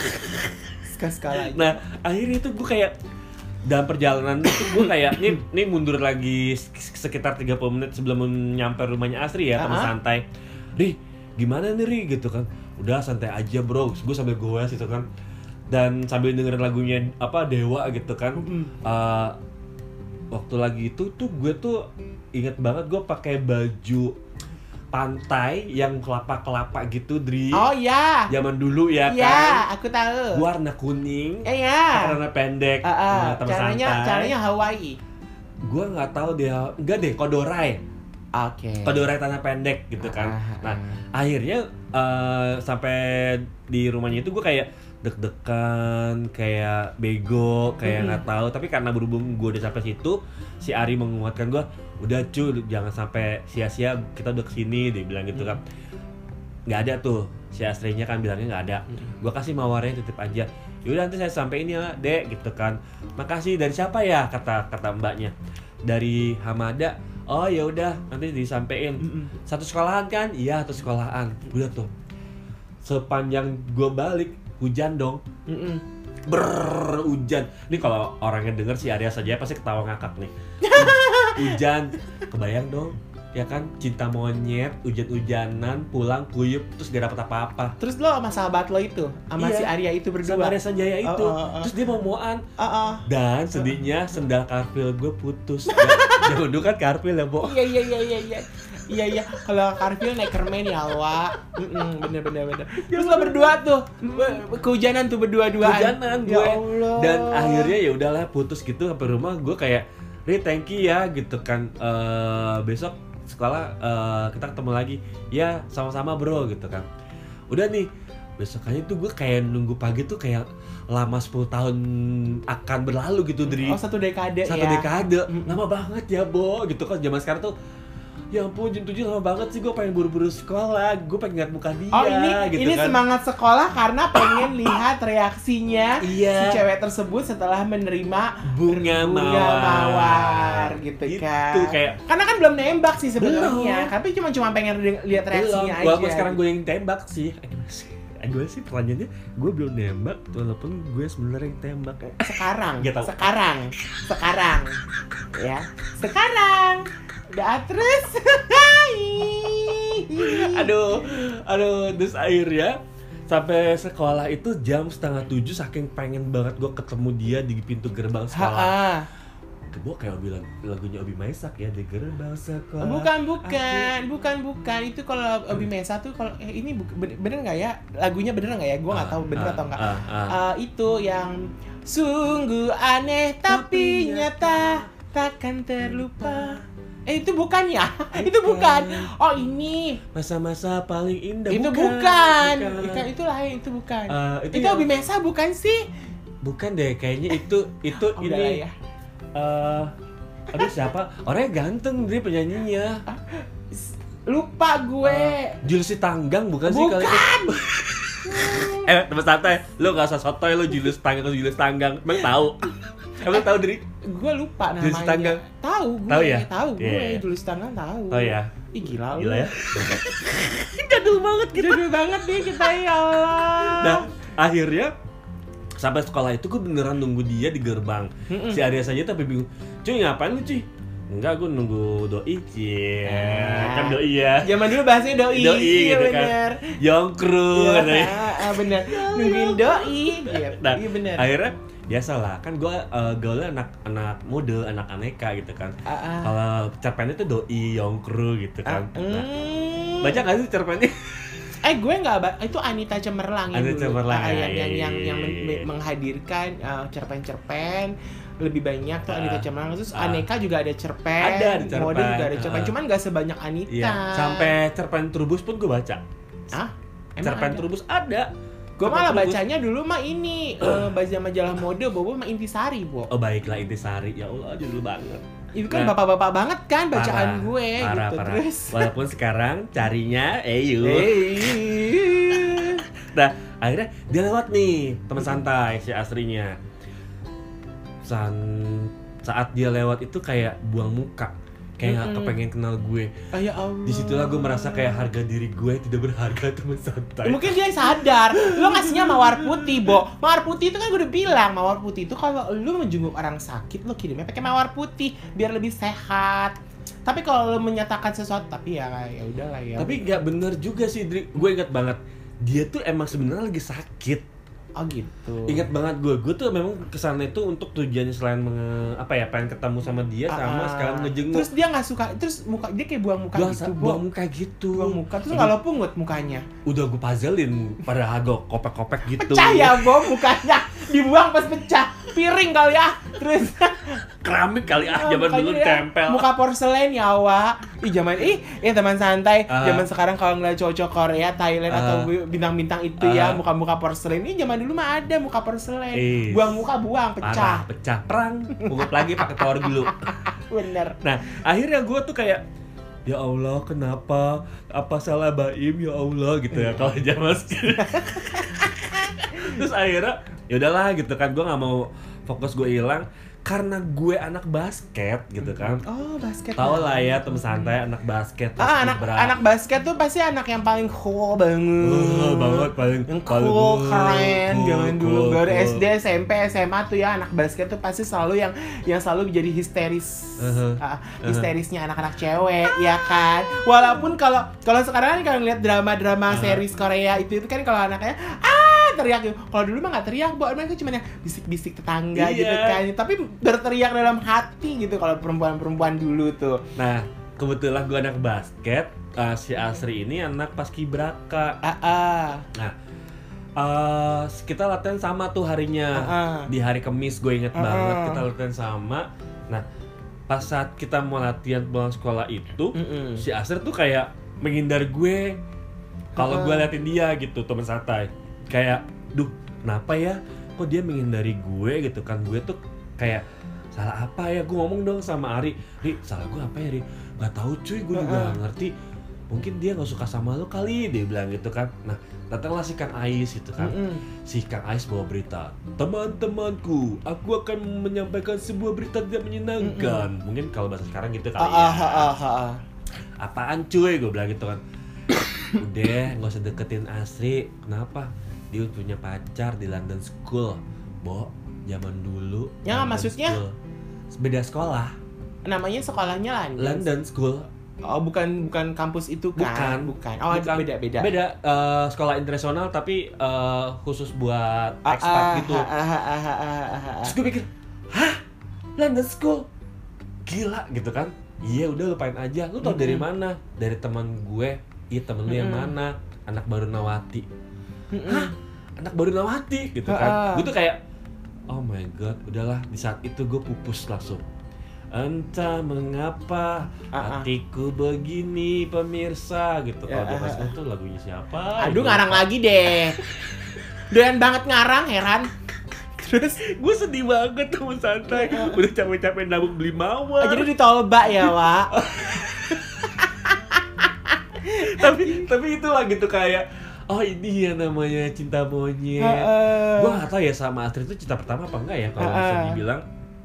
Sekali-sekali. Nah, akhirnya itu gue kayak dalam perjalanan itu gue kayak nih nih mundur lagi sekitar tiga puluh menit sebelum nyampe rumahnya Asri ya, teman uh-huh. santai. Ri, gimana nih Ri gitu kan? Udah santai aja bro, gue sambil goes gitu kan. Dan sambil dengerin lagunya apa Dewa gitu kan. Mm-hmm. Uh, waktu lagi itu tuh gue tuh inget banget gue pakai baju pantai yang kelapa-kelapa gitu, Dri. Oh iya. Zaman dulu ya, ya kan. Iya, aku tahu. Warna kuning. Eh ya. Warna pendek. Uh, uh, nah, caranya santai. caranya Hawaii. Gue nggak tahu dia, enggak deh, kodorai. Oke. Okay. Kodorai tanah pendek gitu kan. Uh, uh, nah, akhirnya uh, sampai di rumahnya itu gue kayak deg-degan, kayak bego, kayak nggak mm-hmm. tahu. Tapi karena berhubung gue udah sampai situ, si Ari menguatkan gue, udah cuy, jangan sampai sia-sia, kita udah kesini, dia bilang gitu kan. Nggak ada tuh, si Astrinya kan bilangnya nggak ada. Mm-hmm. Gue kasih mawarnya titip aja. Yaudah nanti saya sampein ya, Dek, gitu kan. Makasih, dari siapa ya, kata kata mbaknya. Dari Hamada. Oh ya udah, nanti disampein. Mm-hmm. Satu sekolahan kan? Iya, satu sekolahan. Udah tuh. Sepanjang gue balik, hujan dong. Mm-mm. Brrrr, hujan. Ini kalau orangnya denger si Arya saja pasti ketawa ngakak nih. Hujan, kebayang dong. Ya kan, cinta monyet, hujan-hujanan, pulang kuyup, terus gak dapet apa-apa. Terus lo sama sahabat lo itu, sama iya, si Arya itu berdua. sama Arya Sanjaya itu. Oh, oh, oh. Terus dia mau moan. Oh, oh. Dan sedihnya sendal karpil gue putus. Jangan dulu kan karpil ya, Bo. Iya iya iya iya iya. Iya iya, kalau karpil naik kermen ya, Wak. Mm-mm, bener bener bener. Terus lo berdua tuh, kehujanan tuh berdua-duaan. Kehujanan gue. Ya Allah. Dan akhirnya ya udahlah putus gitu sampai rumah gue kayak, "Ri, thank you ya," gitu kan. Uh, besok sekolah uh, kita ketemu lagi. Ya, sama-sama bro gitu kan. Udah nih, besokannya tuh gue kayak nunggu pagi tuh kayak lama sepuluh tahun akan berlalu gitu, Dri. Oh, satu dekade satu ya. Satu dekade. Mm-hmm. Lama banget ya, Bo, gitu kan. Zaman sekarang tuh ya ampun jam tujuh lama banget sih, gue pengen buru-buru sekolah, gue pengen lihat muka dia. Oh ini gitu ini kan. semangat sekolah karena pengen lihat reaksinya Iya. si cewek tersebut setelah menerima bunga, bunga mawar. mawar gitu, Gitu, kan. kayak Karena kan belum nembak sih sebenarnya, Belum. tapi cuma cuma pengen li- lihat reaksinya belum. aja. Walaupun sekarang gue yang tembak sih. Gue sih pertanyaannya, gue belum nembak, walaupun gue sebenarnya yang tembak. Sekarang, Gak tau. sekarang, sekarang, ya, sekarang, udah terus, aduh, aduh, terus akhirnya sampai sekolah itu jam setengah tujuh, saking pengen banget gue ketemu dia di pintu gerbang sekolah. Ha-ha. Gue kayak bilang lagunya Obi Maisak ya, di gerbang sekolah. Bukan, bukan, bukan, bukan. Itu kalau Obi Mesa tuh kalau eh, ini bu- bener, bener nggak ya? Lagunya bener nggak ya? Gue nggak Ah, tahu bener ah, atau nggak. ah, ah. Eh, itu yang sungguh aneh tapi nyata takkan terlupa. Eh itu bukan ya? Itu bukan. Oh ini. Masa-masa paling indah. Itu bukan. bukan. Bukan. Bukan, itu lain, itu bukan. Eh, itu itu yang- Obi Mesa bukan sih? Bukan deh, kayaknya itu itu Oh, udah lah ini. ya. eh aduh siapa? Orangnya ganteng dia penyanyinya. Lupa gue. Uh, Julius Tanggang bukan, sih kali Bukan. itu? Eh, teman santai. Lu enggak usah sotoy lu Julius Tanggang, Julius Tanggang. Emang tahu? Emang tahu Dri? Gue lupa namanya. Julius Tanggang. Tahu gue. Tahu ya? Tahu gue. Yeah. Julius Tanggang tahu. Oh ya. Ih gila, Gila lu. ya. Jadul banget gitu. Jadul banget nih kita, ya Allah. Nah, akhirnya sampai sekolah itu gue beneran nunggu dia di gerbang. Mm-mm. Si Arya saja tapi bingung. Cuy, ngapain lu, cuy? Enggak, gue nunggu doi, cie. Ah. Kan doi ya. Zaman dulu bahasanya doi. Doi Iya, gitu kan. bener. Yongkru Iya, katanya. ah, bener. Nungguin doi. Iya, Nah, iya bener. akhirnya biasalah kan gue uh, gaulnya anak-anak mode, anak aneka gitu kan. Ah, ah. Kalau cerpennya tuh doi, yongkru gitu kan. Ah, Nah, mm. baca nggak sih cerpennya? Eh gue nggak ba- itu Anita Cemerlang yang Anita dulu. Cemerlang, Ah, ya, yang, ya, yang, ya, yang, ya, yang men- ya, ya. men- menghadirkan uh, cerpen-cerpen lebih banyak tuh Ah, Anita Cemerlang, terus ah. Aneka juga ada cerpen, Ada, ada cerpen. Mode juga ada cerpen, Ah. cuman nggak sebanyak Anita. Iya. Sampai cerpen Trubus pun gue baca. Ah, emang Cerpen ada? Trubus ada. Gue Cerpen malah Trubus. bacanya dulu mah ini uh, baca majalah mode, Bobo sama Intisari, Bo. Oh baiklah Intisari, ya Allah judul banget. Itu kan Nah, bapak-bapak banget kan bacaan parah, gue parah, gitu parah. terus. Walaupun sekarang carinya Eyu. Eh. Nah akhirnya dia lewat nih teman santai si Asrinya. San saat dia lewat itu kayak buang muka, kayak nggak Mm-mm. kepengen kenal gue. Oh, ya Allah. Disitulah gue merasa kayak harga diri gue tidak berharga teman santai. Ya, mungkin dia sadar, lo ngasihnya mawar putih, Bo. Mawar putih itu kan gue udah bilang, mawar putih itu kalau lo menjenguk orang sakit, lo kirimnya pakai mawar putih biar lebih sehat. Tapi kalau lo menyatakan sesuatu, tapi ya ya udahlah ya. Tapi nggak bener juga sih, Dri. Gue ingat banget dia tuh emang sebenarnya lagi sakit. oh gitu. Ingat banget gue, gue tuh memang kesana itu untuk tujuannya selain menge, apa ya, pengen ketemu sama dia sama Ah, sekalian ngejenguk. Terus dia nggak suka, terus muka dia kayak buang muka Buang, gitu, buang Bo. muka gitu. Buang muka, terus Udah- nggak lo pungut mukanya. Udah gue puzzlein pada gue kopek-kopek gitu. Pecah ya, Bo, mukanya. Dibuang pas pecah. Piring kali ya. Terus Keramik kali ah, Oh, zaman mukanya dulu ya, tempel. muka porselen ya, Wak. Ih, zaman ih, eh teman santai. Ah. Zaman sekarang kalau ngeliat cowok-cowok Korea, Thailand Ah. atau bintang-bintang itu ya, Ah. muka-muka porselen. Ini zaman dulu mah ada muka porselen. Is. Buang muka, buang, Parah, pecah. pecah, perang, pungut lagi pakai power glue. Bener. Nah, akhirnya gue tuh kayak ya Allah, kenapa? Apa salah Baim ya Allah gitu ya kalau zaman sekarang. Terus akhirnya ya udahlah gitu kan, gue nggak mau fokus gue hilang karena gue anak basket gitu kan. Oh, basket. Tahu lah ya teman santai anak basket. terus Ah, anak Ibra. anak basket tuh pasti anak yang paling cool banget. Oh, banget paling Yang paling cool, keren, cool, zaman dulu cool, baru cool. S D, S M P, S M A tuh ya anak basket tuh pasti selalu yang yang selalu menjadi histeris, Uh-huh. ah, histerisnya anak-anak cewek, ya kan. Walaupun kalau kalau sekarang kan kalau ngeliat drama-drama Uh-huh. series Korea itu itu kan kalau anaknya ah teriak gitu. Kalau dulu mah nggak teriak, Bo, mereka cuma yang bisik-bisik tetangga Iya. gitu kan. Tapi berteriak dalam hati gitu kalau perempuan-perempuan dulu tuh. Nah, kebetulan gue anak basket, uh, si Asri ini anak paskibraka. Ah, ah. Nah, uh, kita latihan sama tuh harinya. Uh-uh. Di hari Kamis gue inget Uh-uh. banget kita latihan sama. Nah, pas saat kita mau latihan pulang sekolah itu, Mm-mm. si Asri tuh kayak menghindar gue kalau Uh-uh. gue liatin dia gitu, teman santai. Kayak, duh, kenapa ya? Kok dia menghindari gue gitu kan? Gue tuh kayak salah apa ya? Gue ngomong dong sama Ari, Ri, salah gue apa ya Ri? Gak tahu cuy, gue juga gak ngerti. Mungkin dia gak suka sama lo kali, dia bilang gitu kan. Nah, datanglah si Kang Ais gitu kan. Mm-mm. Si Kang Ais bawa berita, teman-temanku, aku akan menyampaikan sebuah berita tidak menyenangkan. Mm-mm. Mungkin kalau bahasa sekarang gitu kali ah, ya. Ah, ah, ah, ah. Apaan cuy, gue bilang gitu kan. Udah, gak usah deketin Asri. Kenapa? Dia punya pacar di London School. Bo, zaman dulu. Ya London maksudnya? School. Beda sekolah. Namanya sekolahnya London. London School. Oh, bukan bukan kampus itu kan? Bukan, bukan. Oh, bukan. beda-beda. Beda, uh, sekolah internasional tapi uh, khusus buat expat ah, gitu. Ah, ah, ah, ah, ah, ah, ah. Terus gue pikir, hah? London School? Gila gitu kan? Iya udah lupain aja. Lu tau mm-hmm. dari mana? Dari teman gue. Iya temen lu mm-hmm. yang mana? Anak baru Nawati. Mm-hmm. Hah? Anak baru Nawati gitu kan? Uh, uh. Gue tuh kayak, oh my god, udahlah. Di saat itu gue pupus langsung. Entah mengapa uh-uh. hatiku begini pemirsa gitu. Kalau dia pas itu lagunya siapa? Aduh ngarang lagi deh. Doyan banget ngarang, heran. Terus gue sedih banget temen santai. Udah capek-capek nabung beli mawar. Ah, jadi ditolba ya, Wak. tapi tapi itulah gitu kayak, oh ini ya namanya cinta monyet. Uh-uh. Gue gak tau ya sama Astrid itu cinta pertama apa enggak ya kalau uh-uh. bisa dibilang.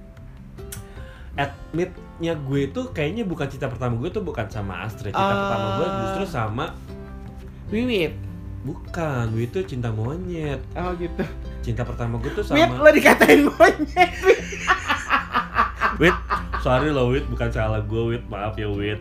Admit-nya gue tuh kayaknya bukan cinta pertama gue tuh bukan sama Astrid. Cinta uh, pertama gue justru sama Wiwit. Bukan, Wiwit tuh cinta monyet. Oh gitu. Cinta pertama gue tuh sama Wit, lo dikatain monyet. Wit, sorry lo Wit, bukan salah gue Wit, maaf ya Wit.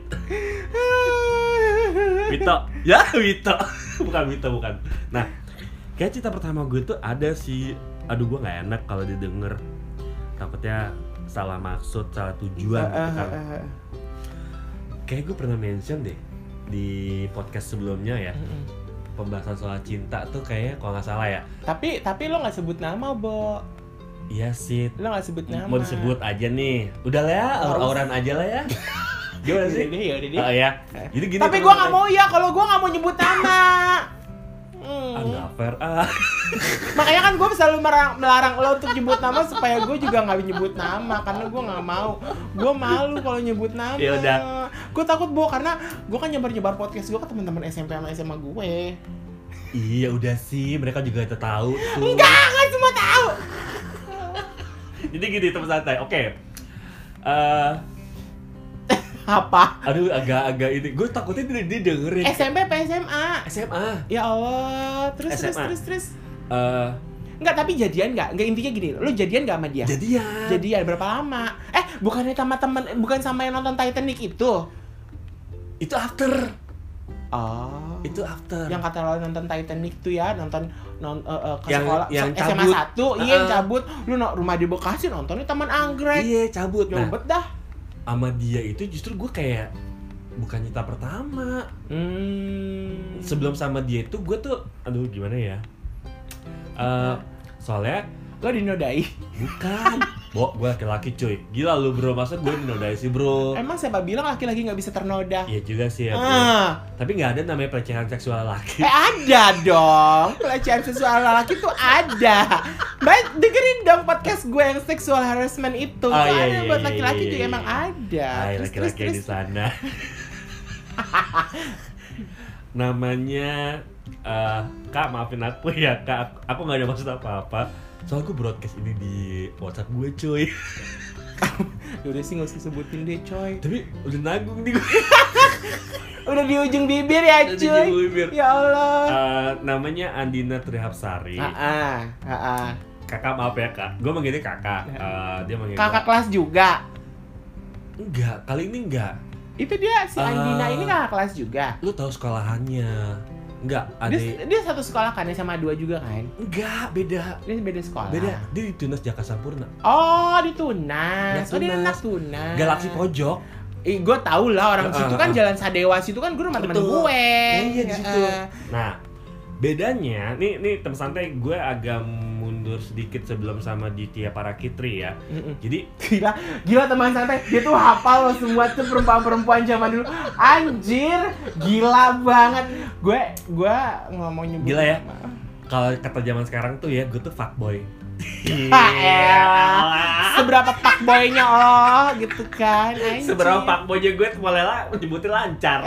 Wito, ya Wito. Bukan Wito, bukan. Nah, kayak cinta pertama gue tuh ada sih. Aduh gue gak enak kalau didengar. Takutnya salah maksud, salah tujuan uh, gitu kan. Uh, uh, uh. Kayak gue pernah mention deh di podcast sebelumnya ya. Uh, uh. Pembahasan soal cinta tuh kayaknya kalau nggak salah ya. Tapi tapi lo nggak sebut nama, Bo. Iya sih. Lo nggak sebut nama. Mau disebut aja nih. Udah lah ya, aur-auran aja lah ya. Gimana sih? Udah, udah, udah. Oh ya. Jadi gini. Tapi gue nggak mau ya, kalau gue nggak mau nyebut nama. Hmm. Ah nggak fair ah. Makanya kan gue selalu melarang, melarang lo untuk nyebut nama supaya gue juga nggak nyebut nama karena gue nggak mau. Gue malu kalau nyebut nama. Ya udah. Gue takut Bo karena gue kan nyebar-nyebar podcast gue ke teman-teman S M P sama S M A gue. Iya udah sih, mereka juga udah tahu tuh. Enggak, kan semua tahu. Jadi gini teman santai. Oke. Okay. Uh, apa? Aduh agak-agak ini. Gue takutnya dia, dia dengerin. S M P apa S M A? S M A. Ya Allah. Terus S M A. terus terus terus. Uh, Enggak, tapi jadian enggak? Enggak, intinya gini, lu jadian enggak sama dia? Jadian. Jadian berapa lama? Eh, bukannya sama temen, bukan sama yang nonton Titanic itu? Itu after. Oh. Itu after. Yang kata lo nonton Titanic tuh ya, nonton non, uh, uh, ke yang, sekolah yang S M A satu, uh, iya yang cabut. Lu no, rumah di Bekasi nontonnya Taman Anggrek. Iya, cabut. Jobet nah, dah. Sama dia itu justru gue kayak bukan cinta pertama. Hmm. Sebelum sama dia itu gue tuh, aduh gimana ya? Uh, soalnya lo dinodai? Bukan. Bo, gue laki-laki cuy. Gila lu bro, masa gue dinodai sih bro? Emang siapa bilang laki-laki gak bisa ternoda? Iya juga sih ya bro. Ah. Tapi gak ada namanya pelecehan seksual laki. Eh ada dong. Pelecehan seksual laki tuh ada. Baik, dengerin dong podcast gue yang sexual harassment itu. Oh, iya, ada iya, buat iya, laki-laki iya, juga iya. emang ada. Hai, terus, laki-laki terus, di terus. sana. Namanya uh, Kak, maafin aku ya Kak. Aku gak ada maksud apa-apa. Soalnya gue broadcast ini di WhatsApp gue cuy. Yaudah sih gak usah sebutin deh coy. Tapi udah nanggung nih gue. Udah di ujung bibir ya cuy. Udah di ujung bibir. Ya Allah. uh, Namanya Andina Trihapsari. Ah, ah, ah. Kakak maaf ya kak. Gue manggilnya kakak. Uh, dia manggil kakak kelas juga? Enggak, kali ini enggak. Itu dia si Andina uh, ini kakak kelas juga. Lu tahu sekolahannya? Enggak, ada. Dia, dia satu sekolah kan, sama dua juga kan? Enggak, beda. Dia beda sekolah. Beda. Dia di Tunas Jakarta Sampurna. Oh, di Tunas. Tunas. Oh, dia anak Tunas. Galaksi Pojok. Eh, gue tau lah orang uh, situ kan uh, Jalan Sadewa situ kan gue rumah temen gue. Eh, iya di situ. Uh. Nah, bedanya nih nih teman santai gue agak mundur sedikit sebelum sama Ditya Parakitri ya. Mm-mm. Jadi gila, gila teman santai, dia tuh hafal loh semua tuh perempuan-perempuan zaman dulu. Anjir, gila banget. Gue gue ngomong nyebut. Gila ya. Kalau kata zaman sekarang tuh ya, gue tuh fuckboy. Elah, seberapa pak boynya oh gitu kan. Anjir. Seberapa pak boynya gue Polela nyebutnya lancar.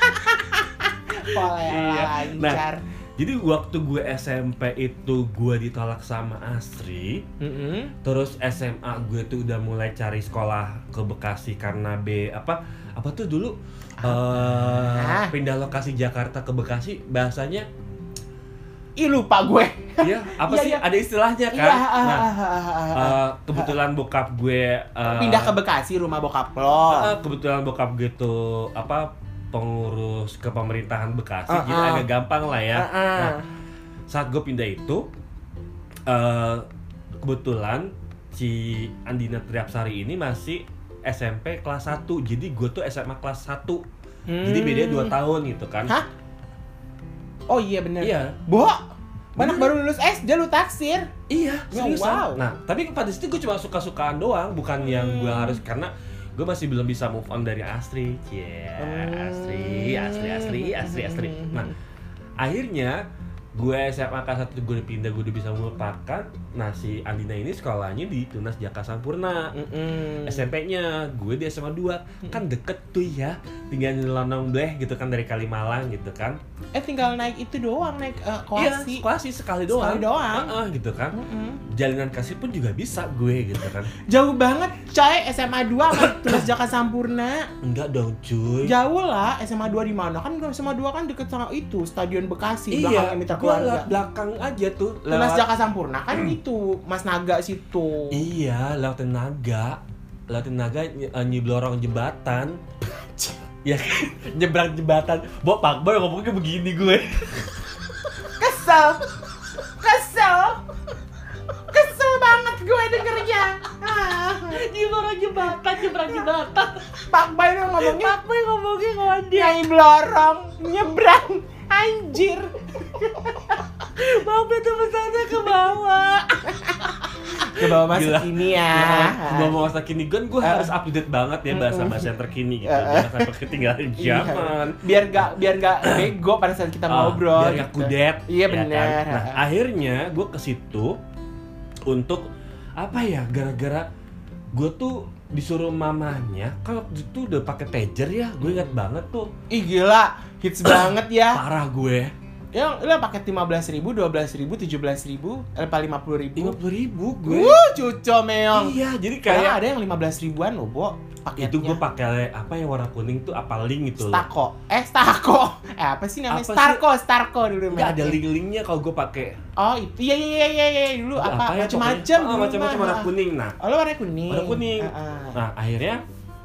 Polela lancar. Nah, jadi waktu gue S M P itu gue ditolak sama Asri. Mm-hmm. Terus S M A gue tuh udah mulai cari sekolah ke Bekasi karena B apa apa tuh dulu uh, ah. pindah lokasi Jakarta ke Bekasi bahasanya. Ih lupa gue. Iya, apa sih? Iya, iya. Ada istilahnya kan? Iya, Nah, ah, ah, ah, ah. uh, kebetulan bokap gue uh, pindah ke Bekasi, rumah bokap lo. Uh, kebetulan bokap gue tuh apa pengurus kepemerintahan Bekasi, Uh, jadi uh. agak gampang lah ya. Uh, uh. Nah, saat gue pindah itu, uh, kebetulan si Andina Triapsari ini masih S M P kelas satu, jadi gue tuh S M A kelas satu. Hmm. Jadi bedanya dua tahun gitu kan. Hah? Oh iya benar. Iya. Bo, anak baru lulus S D lu taksir. Iya, seriusan. Wow. Nah, tapi pada situ gue cuma suka-sukaan doang, bukan yang gue Hmm. harus, karena gue masih belum bisa move on dari Astri. Yeah, Hmm. Astri, Astri, Astri, Astri, Astri. Nah, akhirnya gue S M A kelas satu gue udah pindah, gue udah bisa melupakan. Nah, si Andina ini sekolahnya di Tunas Jaka Sampurna. Mm-mm. S M P-nya gue di S M A dua. Kan deket tuh ya, tinggal nyelonong bleh gitu kan dari Kalimalang gitu kan. Eh tinggal naik itu doang, naik uh, Iya, koasi. koasi sekali doang. Sekali doang. Heeh, gitu kan. Mm-mm. Jalinan kasih pun juga bisa gue gitu kan. Jauh banget coy, S M A dua sama Tunas Jaka Sampurna. Enggak dong cuy. Jauh lah, S M A dua di mana? Kan S M A dua kan deket sama itu, Stadion Bekasi, Iya, belakangnya Mitra gue Keluarga. lewat belakang aja tuh. Tunas Lewat, Jaka Sampurna kan itu, Mas Naga situ. iya, lewat tenaga. Lewat tenaga ny- eh, nyeblorong jembatan. Ya kan? Nyebrang jembatan. Bo, Pak Boy ngomongnya begini gue. Kesel, kesel, kesel banget gue dengernya. Ah. Nyebrang jembatan, nyebrang jembatan. Pak Boy tuh ngomongnya Pak Boy ngomongnya kawan dia. nyai blorong, nyebrang, anjir. Bang itu pesannya ke bawah. Ke bawah masa Gila. kini ya. Ke bawah masa kini kan gue harus up to date banget ya bahasa-bahasa yang terkini gitu. Jangan sampai ketinggalan zaman. Biar gak biar gak bego pada saat kita Ah, ngobrol. biar gak gitu. kudet. Iya ya benar. kan? Nah, akhirnya gue ke situ untuk apa ya? Gara-gara gue tuh disuruh mamanya, kan waktu itu udah pakai pager ya. Gue ingat banget tuh. Ih gila, hits banget ya. Parah gue. Yang lu paket lima belas ribu, dua belas ribu, tujuh belas ribu, apa lima puluh ribu? lima puluh ribu gue. Uh, cuco meong. Iya, jadi Kayak kayak ada yang lima belas ribuan loh, Bo. Paketnya. itu gue pakai apa yang warna kuning tuh apa link gitu loh. Stako. Eh, Stako. Eh, apa sih namanya? Apa sih? Starko, Starko dulu Enggak ada mereknya. link-linknya kalau gue pakai. Oh, itu. Iya iya iya iya iya dulu Apa apa ya, macam-macam. pokoknya. Oh, macam-macam warna kuning. Nah, Oh, lo warna kuning. warna kuning. Ah, ah. Nah, akhirnya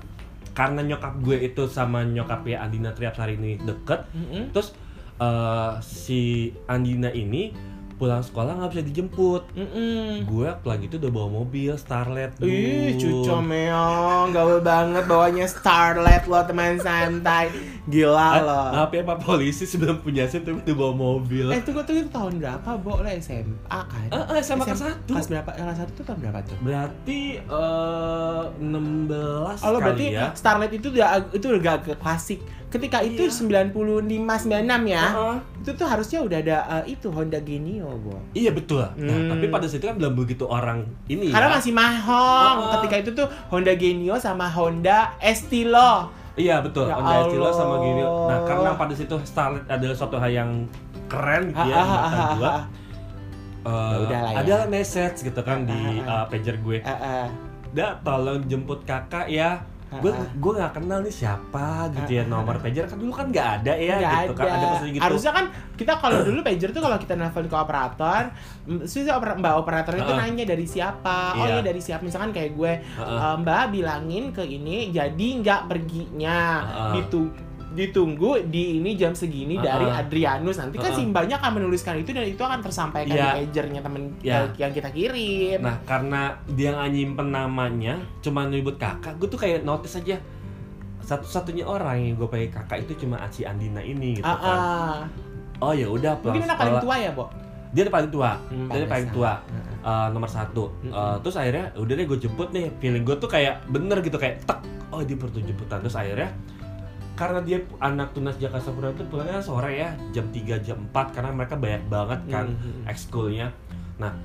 karena nyokap gue itu sama nyokapnya Andina Triapsari ini deket, Mm-mm. terus eh, si Andina ini pulang sekolah nggak bisa dijemput. Mm-mm. Gue lagi itu udah bawa mobil Starlet. Bun. Ih, cuco meong, gaul banget bawanya Starlet lo teman santai. Gila Ah, lo. Maaf ya Pak Polisi, sebelum punya SIM tapi udah bawa mobil. Eh, tunggu tunggu itu tahun berapa, Bo? Lo S M A kan? Eh, eh, S M A kelas satu. Kelas berapa? Kelas satu tuh tahun berapa tuh? Berarti eh, enam belas Oh, lo kali berarti ya. Starlet itu udah itu udah gak klasik. Ketika itu Iya. sembilan puluh lima sembilan puluh enam ya. Heeh. Itu tuh harusnya udah ada eh, itu Honda Genio, Bo. Iya betul. Nah, Hmm. tapi pada saat itu kan belum begitu orang ini Karena ya. masih mahong. Oh. Ketika itu tuh Honda Genio sama Honda Estilo. Iya betul, Ya Honda Estilo sama Allah. gini. Nah, karena pada situ Starlet adalah suatu hal yang keren gitu ya Ah, di ah, mata ah, gua. ah, ah. Eh, Ya udah lah ya. ada message gitu kan di Ah, ah, uh, pager gue. Eh, eh. Da, tolong jemput kakak ya. Ah, Gue ah. gue nggak kenal nih siapa gitu ya, Ah, ah, nomor pager kan dulu kan nggak ada ya Nggak gitu kan, ada pesan gitu. Harusnya kan kita kalau dulu pager tuh kalau kita nelfon ke operator, m- terus oper- mbak operator itu Heeh. nanya dari siapa. Oh Iya. iya dari siapa, misalkan kayak gue, Heeh. "Eh, Mbak bilangin ke ini jadi nggak perginya, Heeh. Ditu- ditunggu di ini jam segini Heeh. dari Adrianus. Nanti kan Heeh. si mbaknya akan menuliskan itu dan itu akan tersampaikan Iya. di pagernya temen Iya. yang kita kirim. Nah, karena dia nggak nyimpen namanya, cuma nyebut kakak, gue tuh kayak notice aja. Satu-satunya orang yang gue pakai kakak itu cuma si Andina ini gitu Ah, kan. ah. Oh ya udah pulang Mungkin anak paling sekolah. tua ya, Bo? Dia yang paling tua, Hmm, dia yang paling tua, eh, nomor satu. Mm-mm. Eh, terus akhirnya udah deh gue jemput nih, feeling gue tuh kayak bener gitu, kayak tek, oh dia perlu jemputan. Terus akhirnya karena dia anak Tunas Jaka Sampurna itu pulangnya sore ya, jam tiga, jam empat, karena mereka banyak banget kan Mhm. ekskulnya. Nah,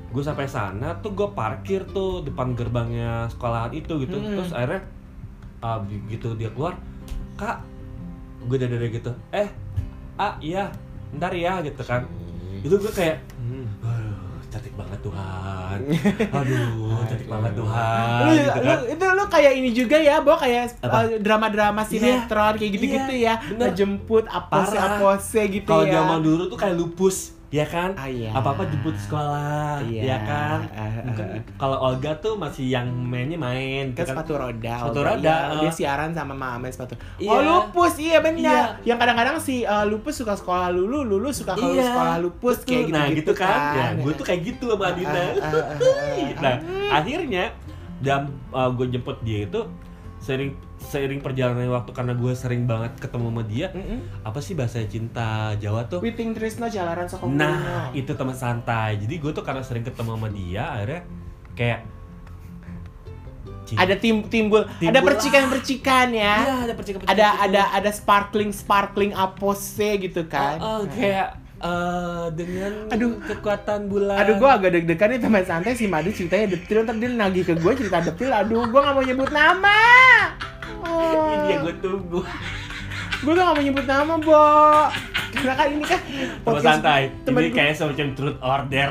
gue sampai sana tuh gue parkir tuh depan gerbangnya sekolahan itu gitu. Hmm. Terus akhirnya uh, begitu dia keluar, kak, gue dada gitu, eh, ah iya, ntar ya gitu kan. Hmm. Itu gue kayak, aduh, cantik banget Tuhan, aduh, cantik banget Tuhan. Lu, gitu kan. lu, itu lu kayak ini juga ya, Bo, kayak uh, drama-drama sinetron iya, kayak gitu-gitu iya, ya, jemput apose-apose gitu. Kalo ya. Kalau zaman dulu tuh kayak lupus. Ya kan, ah, iya. apa-apa jemput sekolah, iya. ya kan. Uh, uh, uh. Kalau Olga tuh masih yang mainnya main, kan kan sepatu roda. Sepatu Olga, roda. Iya. Dia siaran sama mama sepatu. Iya. Oh lupus, iya benar. Iya. Yang kadang-kadang si uh, lupus suka sekolah lulu, lulu suka kalau iya. sekolah lupus. Betul. Kayak gitu, nah, gitu kan. kan. Ya, gue tuh kayak gitu sama Adina. Uh, uh, uh, uh, uh. Nah, akhirnya jam uh, gue jemput dia itu sering seiring perjalanan waktu karena gue sering banget ketemu sama dia. Mm-hmm. Apa sih bahasa cinta Jawa tuh? Witing Trisno Jalaran Sokong. Nah, itu teman santai. Jadi gue tuh karena sering ketemu sama dia, akhirnya kayak cinta. Ada tim timbul, timbul ada percikan-percikan ya. Iya, ada percikan-percikan. Ada gitu. ada ada sparkling sparkling apose gitu kan. Oh, oh kayak Uh, dengan aduh, kekuatan bulan. Aduh, gue agak deg-degan nih teman santai si Madu ceritanya detil, ntar dia nagih ke gue cerita detil. Aduh, gue gak mau nyebut nama. Oh. Ini dia gue tunggu. Gue gak mau nyebut nama, Bo. Karena kan ini kan teman santai. Ini kayak semacam truth order.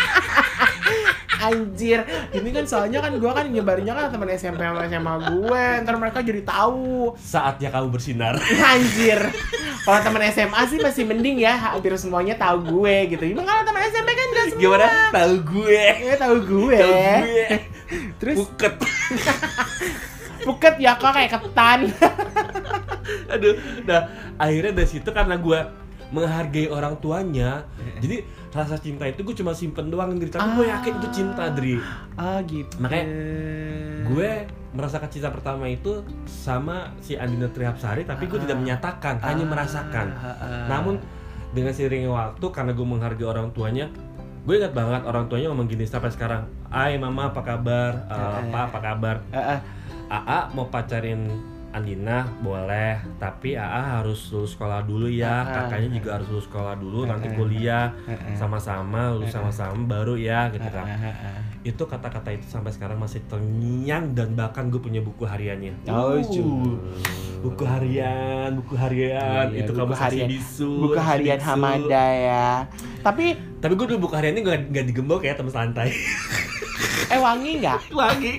Anjir, ini kan soalnya kan gue kan nyebarnya kan teman S M P sama S M A gue, ntar mereka jadi tahu. Saatnya kamu bersinar. Anjir, kalau teman S M A sih masih mending ya, hampir semuanya tahu gue gitu. Emang kalau teman S M P kan udah semua. Gimana? Tahu gue. Ya tahu gue. Tahu gue. Terus Puket. Puket ya kok kayak ketan. Aduh, nah akhirnya dari situ karena gue menghargai orang tuanya, jadi rasa cinta itu gue cuma simpen doang Dri, tapi ah. gue yakin itu cinta Dri. Ah gitu. Makanya gue merasakan cinta pertama itu sama si Andina Trihapsari, tapi gue ah. tidak menyatakan, ah. hanya merasakan. Ah. Ah. Namun dengan seiringnya waktu, karena gue menghargai orang tuanya, gue ingat banget orang tuanya ngomong gini sampai sekarang, "Ay mama apa kabar? Uh, ah. Pak apa kabar? Ah. Aa mau pacarin Andina boleh, tapi Aa harus lulus sekolah dulu ya, kakaknya juga harus lulus sekolah dulu, nanti kuliah sama-sama, lulus sama-sama baru ya," gitu kan. Itu kata-kata itu sampai sekarang masih terngiang dan bahkan gue punya buku hariannya. Oh, uh, buku harian, buku harian, iya, itu kamu saksi bisu. Buku harian bisu. Hamada ya. Tapi tapi gue dulu buku hariannya gue nggak digembok ya, teman santai. Eh wangi nggak? Wangi.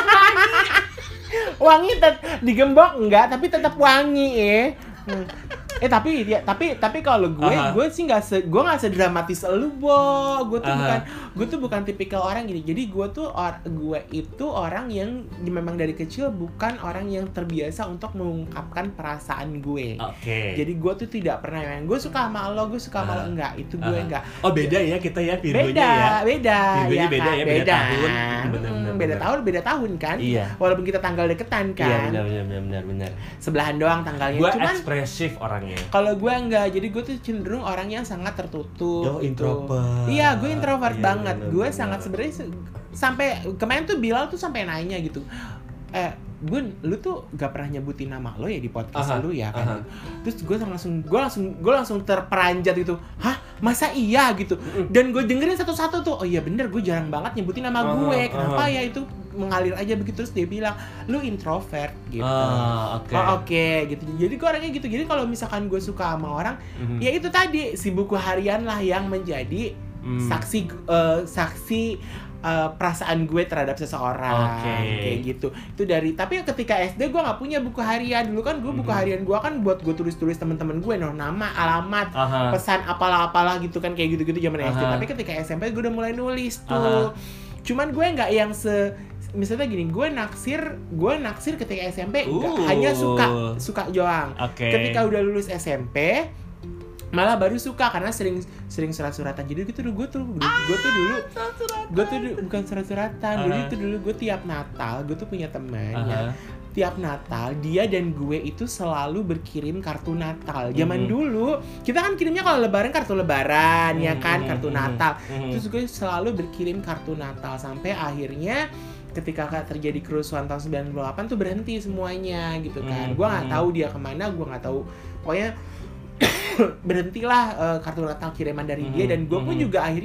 Wangi tet digembok enggak, tapi tetap wangi eh. Hmm. Eh tapi ya tapi tapi kalau gue uh-huh. gue sih nggak se gue nggak sedramatis elu, Bo. Gue tuh uh-huh. bukan gue tuh bukan tipikal orang gini. Jadi gue tuh or, gue itu orang yang memang dari kecil bukan orang yang terbiasa untuk mengungkapkan perasaan gue. Oke. Okay. Jadi gue tuh tidak pernah yang gue suka sama lo, gue suka sama uh-huh. lo enggak. Itu gue uh-huh. enggak. Oh beda ya kita ya Virgonya beda, ya. Beda, Virgonya ya, beda kan? ya, beda, beda tahun. Bener, hmm, beda tahun, beda tahun kan. Iya. Walaupun kita tanggal deketan kan. Iya benar benar benar benar benar. Sebelahan doang tanggalnya. Gue cuman ekspresif orangnya. Kalau gue enggak, jadi gue tuh cenderung orang yang sangat tertutup. Yo, gitu. introvert. Iya, gue introvert iya, banget. bener, Gue bener. sangat sebenarnya sampai kemarin tuh Bilal tuh sampai nanya gitu. Eh, Bun, lu tuh gak pernah nyebutin nama lo ya di podcast aha, lu ya kan? aha. Terus gue langsung, gue langsung, gue langsung terperanjat gitu. Hah, masa iya gitu? Dan gue dengerin satu-satu tuh. Oh iya bener, gue jarang banget nyebutin nama aha, gue. Kenapa aha. ya itu mengalir aja begitu? Terus dia bilang, lu introvert gitu. Ah, oke. Okay. Oh oke okay, gitu. Jadi gue orangnya gitu. Jadi kalau misalkan gue suka sama orang, mm-hmm. ya itu tadi si buku harian lah yang menjadi mm. saksi, uh, saksi. Uh, perasaan gue terhadap seseorang okay. kayak gitu. Itu dari tapi ketika S D gue nggak punya buku harian. Dulu kan gue buku mm-hmm. harian gue kan buat gue tulis-tulis teman-teman gue, noh nama, alamat, uh-huh. pesan apalah-apalah gitu kan kayak gitu-gitu zaman uh-huh. S D. Tapi ketika S M P gue udah mulai nulis tuh. Uh-huh. Cuman gue nggak yang se misalnya gini, gue naksir, gue naksir ketika S M P uh. gak, hanya suka suka doang. Okay. Ketika udah lulus S M P malah baru suka karena sering sering surat-suratan. Jadi gitu gue tuh gue ah, tuh dulu gue tuh dulu, bukan surat-suratan. Uh-huh. Jadi itu dulu gue tiap Natal gue tuh punya teman uh-huh. ya. Tiap Natal dia dan gue itu selalu berkirim kartu Natal. Zaman mm-hmm. dulu kita kan kirimnya kalau lebaran kartu lebaran mm-hmm. ya kan, kartu Natal. Mm-hmm. Terus gue selalu berkirim kartu Natal sampai akhirnya ketika terjadi kerusuhan tahun sembilan puluh delapan tuh berhenti semuanya gitu kan. Mm-hmm. Gue nggak tahu dia kemana, gue nggak tahu. Pokoknya berhentilah uh, kartu Natal kiriman dari dia, dan gue pun juga akhirnya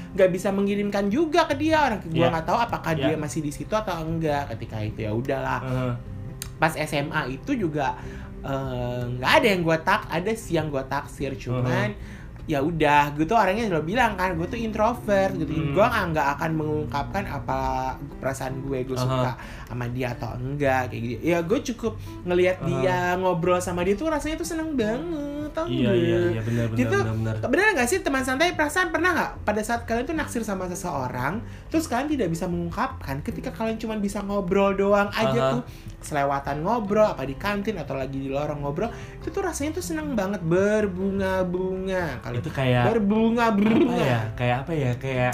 nggak bisa mengirimkan juga ke dia, orang gue Yeah. nggak tahu apakah Yeah. dia masih di situ atau enggak ketika itu. Ya udahlah. Uh-huh. Pas S M A itu juga eh, nggak ada yang gue tak, ada sih yang gue taksir, cuman Uh-huh. ya udah, gue tuh orangnya selalu bilang kan, gue tuh introvert gitu, Hmm. gue nggak akan mengungkapkan apa perasaan gue, gue suka Uh-huh. sama dia atau enggak kayak gitu. Ya gue cukup ngelihat Uh-huh. dia ngobrol sama dia tuh rasanya tuh seneng banget, tau Iya nggak? iya iya benar benar Gitu. benar benar. Bener nggak sih teman santai, perasaan pernah nggak pada saat kalian tuh naksir sama seseorang, terus kalian tidak bisa mengungkapkan, ketika kalian cuma bisa ngobrol doang aja Aha. tuh, selewatan ngobrol apa di kantin atau lagi di lorong ngobrol, itu tuh rasanya tuh seneng banget, berbunga-bunga. Kalau Itu kayak apa berbunga-bunga. ya? Kayak apa ya? Kayak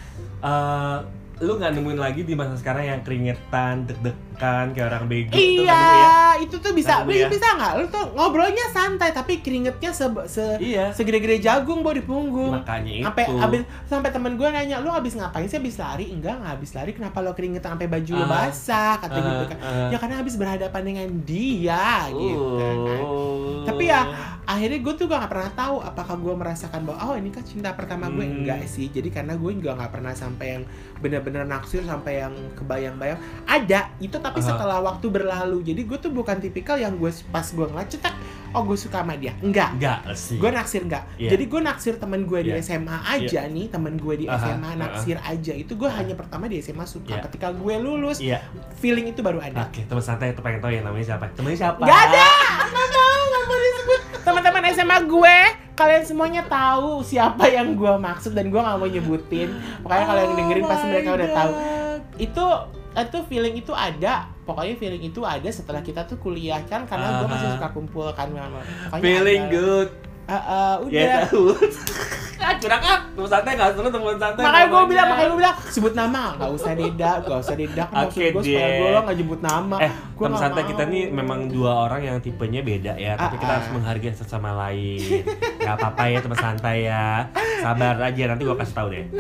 eh lu nggak nemuin lagi di masa sekarang yang keringetan, deg-degan kayak orang bego tuh nggak nemu ya? Iya, itu tuh bisa, Nggak nemu ya? bisa nggak? Lu tuh ngobrolnya santai, tapi keringetnya se, se Iya. segede-gede jagung bawa di punggung. Makanya itu. Sampai abis, sampai temen gue nanya, lu abis ngapain sih? Abis lari? Enggak, nggak abis lari. Kenapa lo keringetan sampai baju lo Ah. basah? Kata Ah, gitu kan. ah. Ya karena abis berhadapan dengan dia gitu kan. Oh. Tapi ya akhirnya gue tuh gak pernah tahu apakah gue merasakan bahwa oh ini kan cinta pertama gue. Hmm. Enggak sih. Jadi karena gue juga gak pernah sampai yang benar-benar naksir, sampai yang kebayang-bayang. Ada itu, tapi Aha. setelah waktu berlalu. Jadi gue tuh bukan tipikal yang gue pas gue ngeliat cetak, oh gue suka sama dia. Enggak. Enggak sih. Gue naksir enggak. Iya. Jadi gue naksir temen gue di Iya. S M A aja nih, temen gue di Aha, S M A aha. naksir aja. Itu gue hanya pertama di S M A suka. Iya. Ketika gue lulus, Iya. feeling itu baru ada. Oke, teman santai itu pengen tahu ya namanya siapa? Temennya siapa? Gak ada, nggak mau, nggak mau disebut. Teman-teman S M A gue, kalian semuanya tahu siapa yang gue maksud dan gue nggak mau nyebutin. Makanya kalau yang dengerin pasti mereka udah tahu. Itu itu feeling itu ada. Pokoknya feeling itu ada setelah kita tuh kuliah kan, karena gue masih Aha. suka kumpul kan. Pokoknya Feeling ada. good. Uh, uh, udah. Ya tahu. Ah, curang ah. Teman santai enggak seru teman santai. Makanya gue namanya. bilang, makanya gue bilang sebut nama, nggak usah Deda, nggak usah Deda. Kan maksud Oke, gue supaya deh. gue lo nggak jemput nama. Eh, Gua teman nggak santai kita mau. nih memang dua orang yang tipenya beda ya, tapi Ah, kita ah. harus menghargai satu sama lain. Gak apa-apa ya teman santai ya. Sabar aja, nanti gua kasih tahu deh.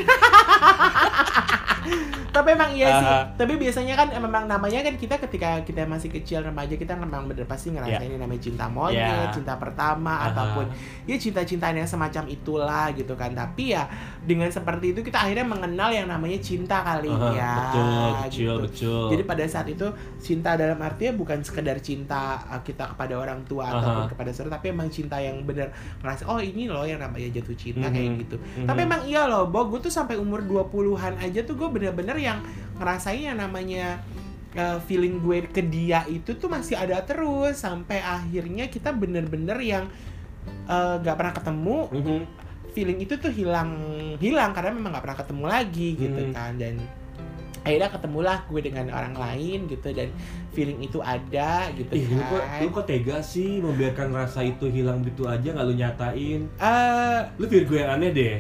Tapi emang iya sih. Aha. Tapi biasanya kan memang namanya kan kita ketika kita masih kecil remaja, kita memang bener pasti ngerasain yang namanya cinta monyet, Yeah. cinta pertama, Aha. ataupun ya cinta-cintaan yang semacam itulah gitu kan. Tapi ya dengan seperti itu kita akhirnya mengenal yang namanya cinta kali Aha, ya. betul, betul, gitu. betul. Jadi pada saat itu cinta dalam artinya bukan sekedar cinta uh, kita kepada orang tua Aha. ataupun kepada saudara, tapi emang cinta yang bener ngerasa oh ini loh yang namanya jatuh cinta Mhm. kayak gitu. Mhm. Tapi emang iya loh, Bo, gue tuh sampai umur dua puluhan aja tuh gue bener-bener yang ngerasain yang namanya uh, feeling gue ke dia itu tuh masih ada terus sampai akhirnya kita bener-bener yang uh, gak pernah ketemu. Mhm. Feeling itu tuh hilang hilang karena memang gak pernah ketemu lagi gitu Hmm. kan. Dan akhirnya ketemulah gue dengan orang lain gitu, dan feeling itu ada gitu Ih, lu kok, kan. lu kok tega sih membiarkan rasa itu hilang gitu aja, nggak lu nyatain? Eh, Lu Virgo yang aneh deh.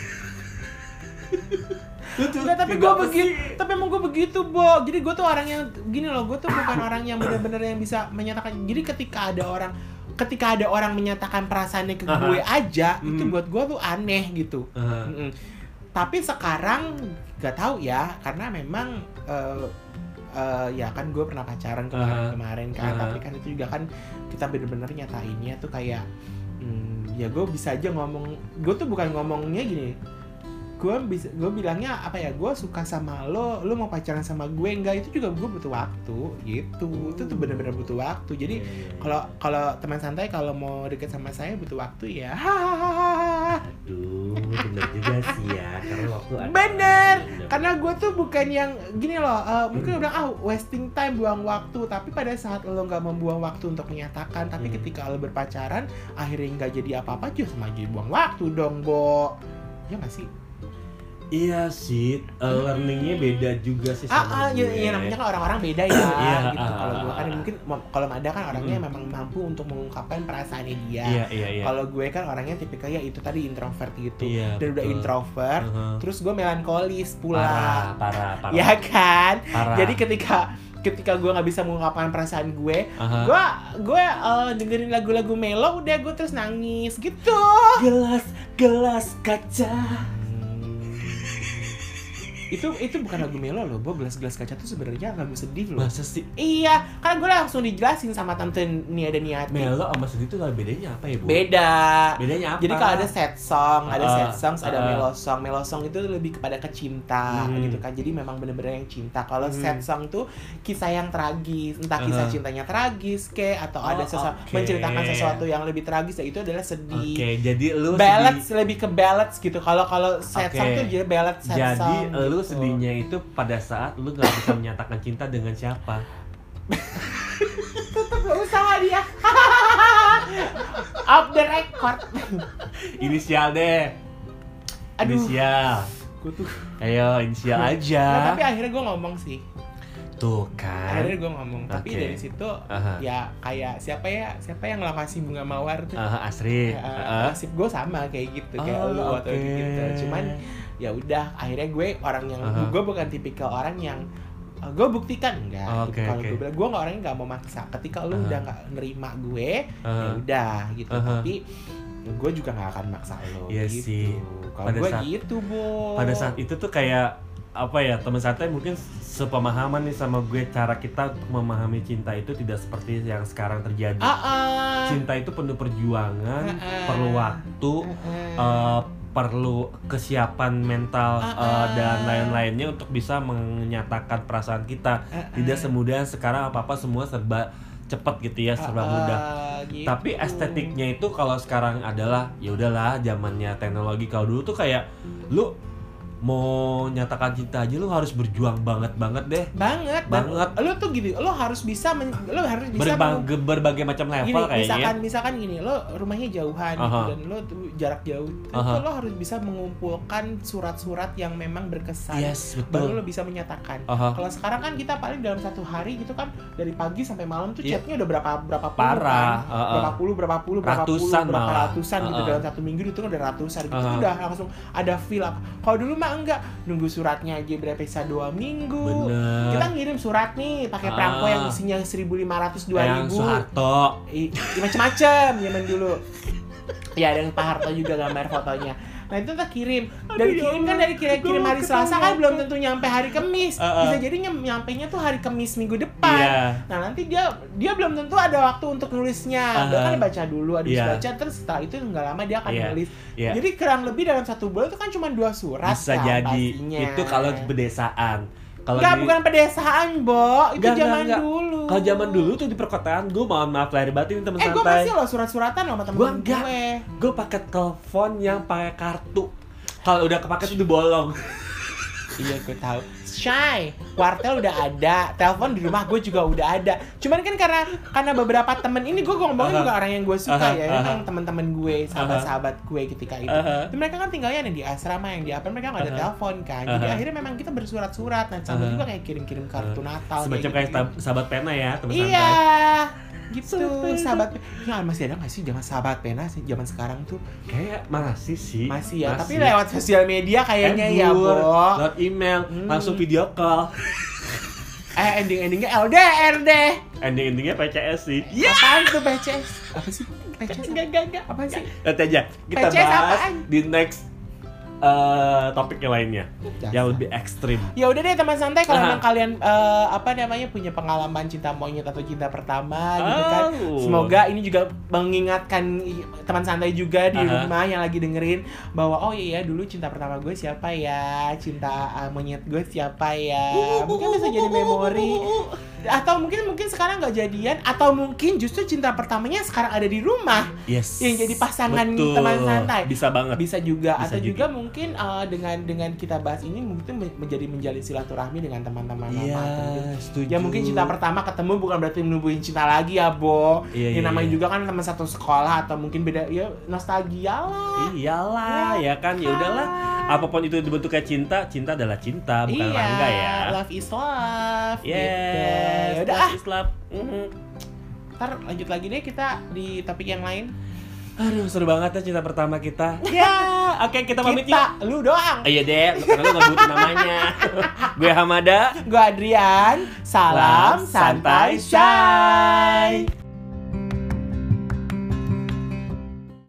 Lu tuh Enggak, tapi Virgo gue apa begitu, sih? tapi emang gue begitu, Bo. Jadi gue tuh orang yang gini loh, gue tuh bukan orang yang benar-benar yang bisa menyatakan. Jadi ketika ada orang, ketika ada orang menyatakan perasaannya ke gue aja, itu Hmm. buat gue tuh aneh gitu. Aha. Mm-mm. Tapi sekarang gak tahu ya, karena memang eh, eh, ya kan gue pernah pacaran kemarin-kemarin kan, Aha. tapi kan itu juga kan kita bener-bener nyatainnya tuh kayak, hmm, ya gue bisa aja ngomong, gue tuh bukan ngomongnya gini. Gue bisa, gue bilangnya apa ya, gue suka sama lo, lo mau pacaran sama gue enggak, itu juga gue butuh waktu gitu. Itu tuh bener-bener butuh waktu. Jadi Iya, iya, iya. kalau kalau teman santai kalau mau deket sama saya butuh waktu ya. Hahaha. Aduh, bener juga sih ya, karena waktu ada. Bener, Bener. karena gue tuh bukan yang gini loh, uh, mungkin udah ah wasting time, buang waktu. Tapi pada saat lo nggak membuang waktu untuk menyatakan, tapi Hmm. ketika lo berpacaran akhirnya nggak jadi apa-apa, juga sama aja buang waktu dong, Bo. Ya nggak sih? Iya sih, uh, learningnya beda juga sih Ah, ah, sama ya, gue. ya namanya kan orang-orang beda ya, Iya, gitu. ah, Kalau ah, gue kan ah. mungkin mo- kalau Mada kan orangnya Mm. memang mampu untuk mengungkapkan perasaannya dia. Iya, iya, iya. Kalau gue kan orangnya tipikal ya itu tadi introvert gitu. Iya, Dan udah betul. introvert, Uh-huh. terus gue melankolis pula. Parah, parah, parah. Ya kan? Parah. Jadi ketika ketika gue nggak bisa mengungkapkan perasaan gue, Aha. gue gue eh, dengerin lagu-lagu melo, udah gue terus nangis gitu. Gelas, gelas kaca. itu itu bukan lagu melo loh, Bo. Gelas-gelas kaca tuh sebenarnya lagu sedih loh. Masa sih? Iya, karena gue langsung dijelasin sama tante Nia dan Niati. Melo sama sedih tuh bedanya apa ya, Bu? Beda. Bedanya apa? Jadi kalau ada sad song, ada Uh, sad songs, ada uh. melo song. Melo song itu lebih kepada ke cinta Hmm. gitu kan. Jadi memang bener-bener yang cinta. Kalau Hmm. sad song tuh kisah yang tragis, entah kisah Uh. cintanya tragis ke atau Oh, ada sesuatu okay. menceritakan sesuatu yang lebih tragis, ya itu adalah sedih. Oke, jadi lu Ballads sedih. lebih ke ballads gitu. Kalau kalau sad Oke. song tuh jadi ballad sad Jadi song. lu gitu. sedihnya itu pada saat lu gak bisa menyatakan cinta dengan siapa? Tetep gak usah dia. Off the record. Inisial deh. Aduh. Inisial. Gue tuh. Ayo, inisial aja. Nah, tapi akhirnya gue ngomong sih. Tuh kan. Akhirnya gue ngomong. Tapi Oke. dari situ Aha. ya kayak siapa ya siapa yang ngelakasi bunga mawar tuh. Ah, Asri. Ya, Ah. nasib gue sama kayak gitu kayak Oh, lu waktu oke. gitu. Cuman ya udah akhirnya gue orang yang Aha. gue bukan tipikal orang yang uh, gue buktikan enggak. Oke, Kalau oke. gue bilang gue nggak orangnya nggak mau maksa. Ketika lu Aha. udah nggak nerima gue, ya Aha. udah gitu. Aha. Tapi gue juga nggak akan maksa lo. Iya gitu. sih. Kalau Pada gue saat- gitu, Bo. Pada saat itu tuh kayak apa ya, teman santai mungkin sepemahaman nih sama gue, cara kita untuk memahami cinta itu tidak seperti yang sekarang terjadi. Ah, ah. Cinta itu penuh perjuangan, Ah, ah. perlu waktu, Ah, eh, perlu kesiapan mental Ah, eh, ah. dan lain-lainnya untuk bisa menyatakan perasaan kita. Ah, ah. Tidak semudah yang sekarang apa-apa semua serba cepat gitu ya, serba Ah, mudah. gitu. Tapi estetiknya itu kalau sekarang adalah ya udahlah zamannya teknologi. Kalau dulu tuh kayak lu mau nyatakan cinta aja lu harus berjuang banget banget deh. banget dan Banget. lo tuh gini, lo harus bisa men, lo harus bisa Berbagai, berbagai macam gini, level kayaknya. misalkan misalkan gini, lo rumahnya jauhan gitu, Aha. dan lo tuh jarak jauh, itu Aha. lo harus bisa mengumpulkan surat-surat yang memang berkesan, Yes, baru betul. lo bisa menyatakan. Aha. Kalau sekarang kan kita paling dalam satu hari gitu kan, dari pagi sampai malam tuh Iya. chatnya udah berapa berapa puluh Parah, kan, uh-uh. berapa puluh berapa puluh berapa Ratusan puluh berapa malah. ratusan gitu Uh-uh. dalam satu minggu itu kan udah ratusan gitu, Uh-huh. itu udah langsung ada feel up. Kalau dulu mah enggak, nunggu suratnya aja berapa bisa dua minggu. Bener. Kita ngirim surat nih pakai Ah. perangko yang isinya seribu lima ratus dua Yang ribu. Soeharto. I, i- macem-macem zaman dulu. Ya, dan Pak Harto juga gambar fotonya. Nah itu kita kirim, dari Aduh, ya kirim kan Allah. dari kirim kirim hari Gua Selasa ketawa. kan belum tentu nyampe hari Kamis, Uh, uh. bisa jadi nyam- nyampenya tuh hari Kamis minggu depan. Iya. Nah nanti dia dia belum tentu ada waktu untuk nulisnya, Uh, dia kan baca dulu, habis iya. baca terus setelah itu nggak lama dia akan Iya, nulis. iya. Jadi kurang lebih dalam satu bulan itu kan cuma dua surat. Bisa kan, jadi pastinya. itu kalau di pedesaan. Kalau Enggak, di- bukan pedesaan, Bo. Itu Enggak, zaman enggak, enggak. dulu. Kalau zaman dulu tuh di perkotaan, gue mohon maaf lahir batin teman Eh, gue santai. masih loh surat-suratan sama Gua temen enggak. gue. Gue pakai telepon yang pakai kartu. Kalau udah kepake tuh dibolong. Iya, gue tahu. Shy, kuartel udah ada, telepon di rumah gue juga udah ada. Cuman kan karena karena beberapa temen ini gue ngomongin Aha. juga orang yang gue suka Aha, ya, aha. yang teman-teman gue, sahabat-sahabat gue ketika itu. Aha. Itu mereka kan tinggalnya yang di asrama, yang di apa, mereka nggak ada Aha. telepon kan. Jadi Aha. akhirnya memang kita bersurat-surat, nah sambil Aha. juga kayak kirim-kirim kartu Natal. Semacam kayak gitu. tab- sahabat pena ya, teman Iya, santai. gitu. Sahabat Sahabat, ya masih ada nggak sih zaman sahabat pena sih zaman sekarang tuh? Kayak masih sih. Masih ya, tapi lewat sosial media kayaknya ya, Embur, Bo. lewat email, Hmm. langsung video call. Eh, ending-endingnya L D R deh. Ending-endingnya P C S sih. Apaan tuh P C S? Apa sih? P C S? Enggak, enggak, enggak. Apaan sih? Nanti aja kita P C S bahas apaan? di next eh, topik yang lainnya Dasar. yang lebih ekstrim. Ya udah deh teman santai, kalau Aha. memang kalian eh, apa namanya punya pengalaman cinta monyet atau cinta pertama gitu kan. Oh. Semoga ini juga mengingatkan i- teman santai juga di Aha. rumah yang lagi dengerin bahwa oh iya ya dulu cinta pertama gue siapa ya, cinta uh, monyet gue siapa ya. Mungkin bisa jadi memori. Atau mungkin mungkin sekarang nggak jadian, atau mungkin justru cinta pertamanya sekarang ada di rumah Yes. yang jadi pasangan Betul. teman santai. Bisa banget. Bisa juga, Bisa atau juga jadi. mungkin uh, dengan dengan kita bahas ini mungkin men- menjadi menjalin silaturahmi dengan teman-teman Iya, lama. setuju. Ya mungkin cinta pertama ketemu bukan berarti menubuhin cinta lagi ya, Bo. Iya, Yang iya, namanya iya. juga kan teman satu sekolah atau mungkin beda ya, nostalgia lah. Iyalah, ya kan, ya udahlah. Apapun itu dibentuknya cinta, cinta adalah cinta, bukan Iya, rangga ya. love is love. Yes. Gitu. Ya udah ah, love is love. Mhm. ntar lanjut lagi deh kita di topik yang lain. Aduh, seru banget ya cinta pertama kita. Ya, oke kita pamit yuk. Kita, lu doang. Iya deh, lu karena lu nggak sebutin namanya. Gue Hamada. Gue Adrian. Salam Salam santai, santai, shy.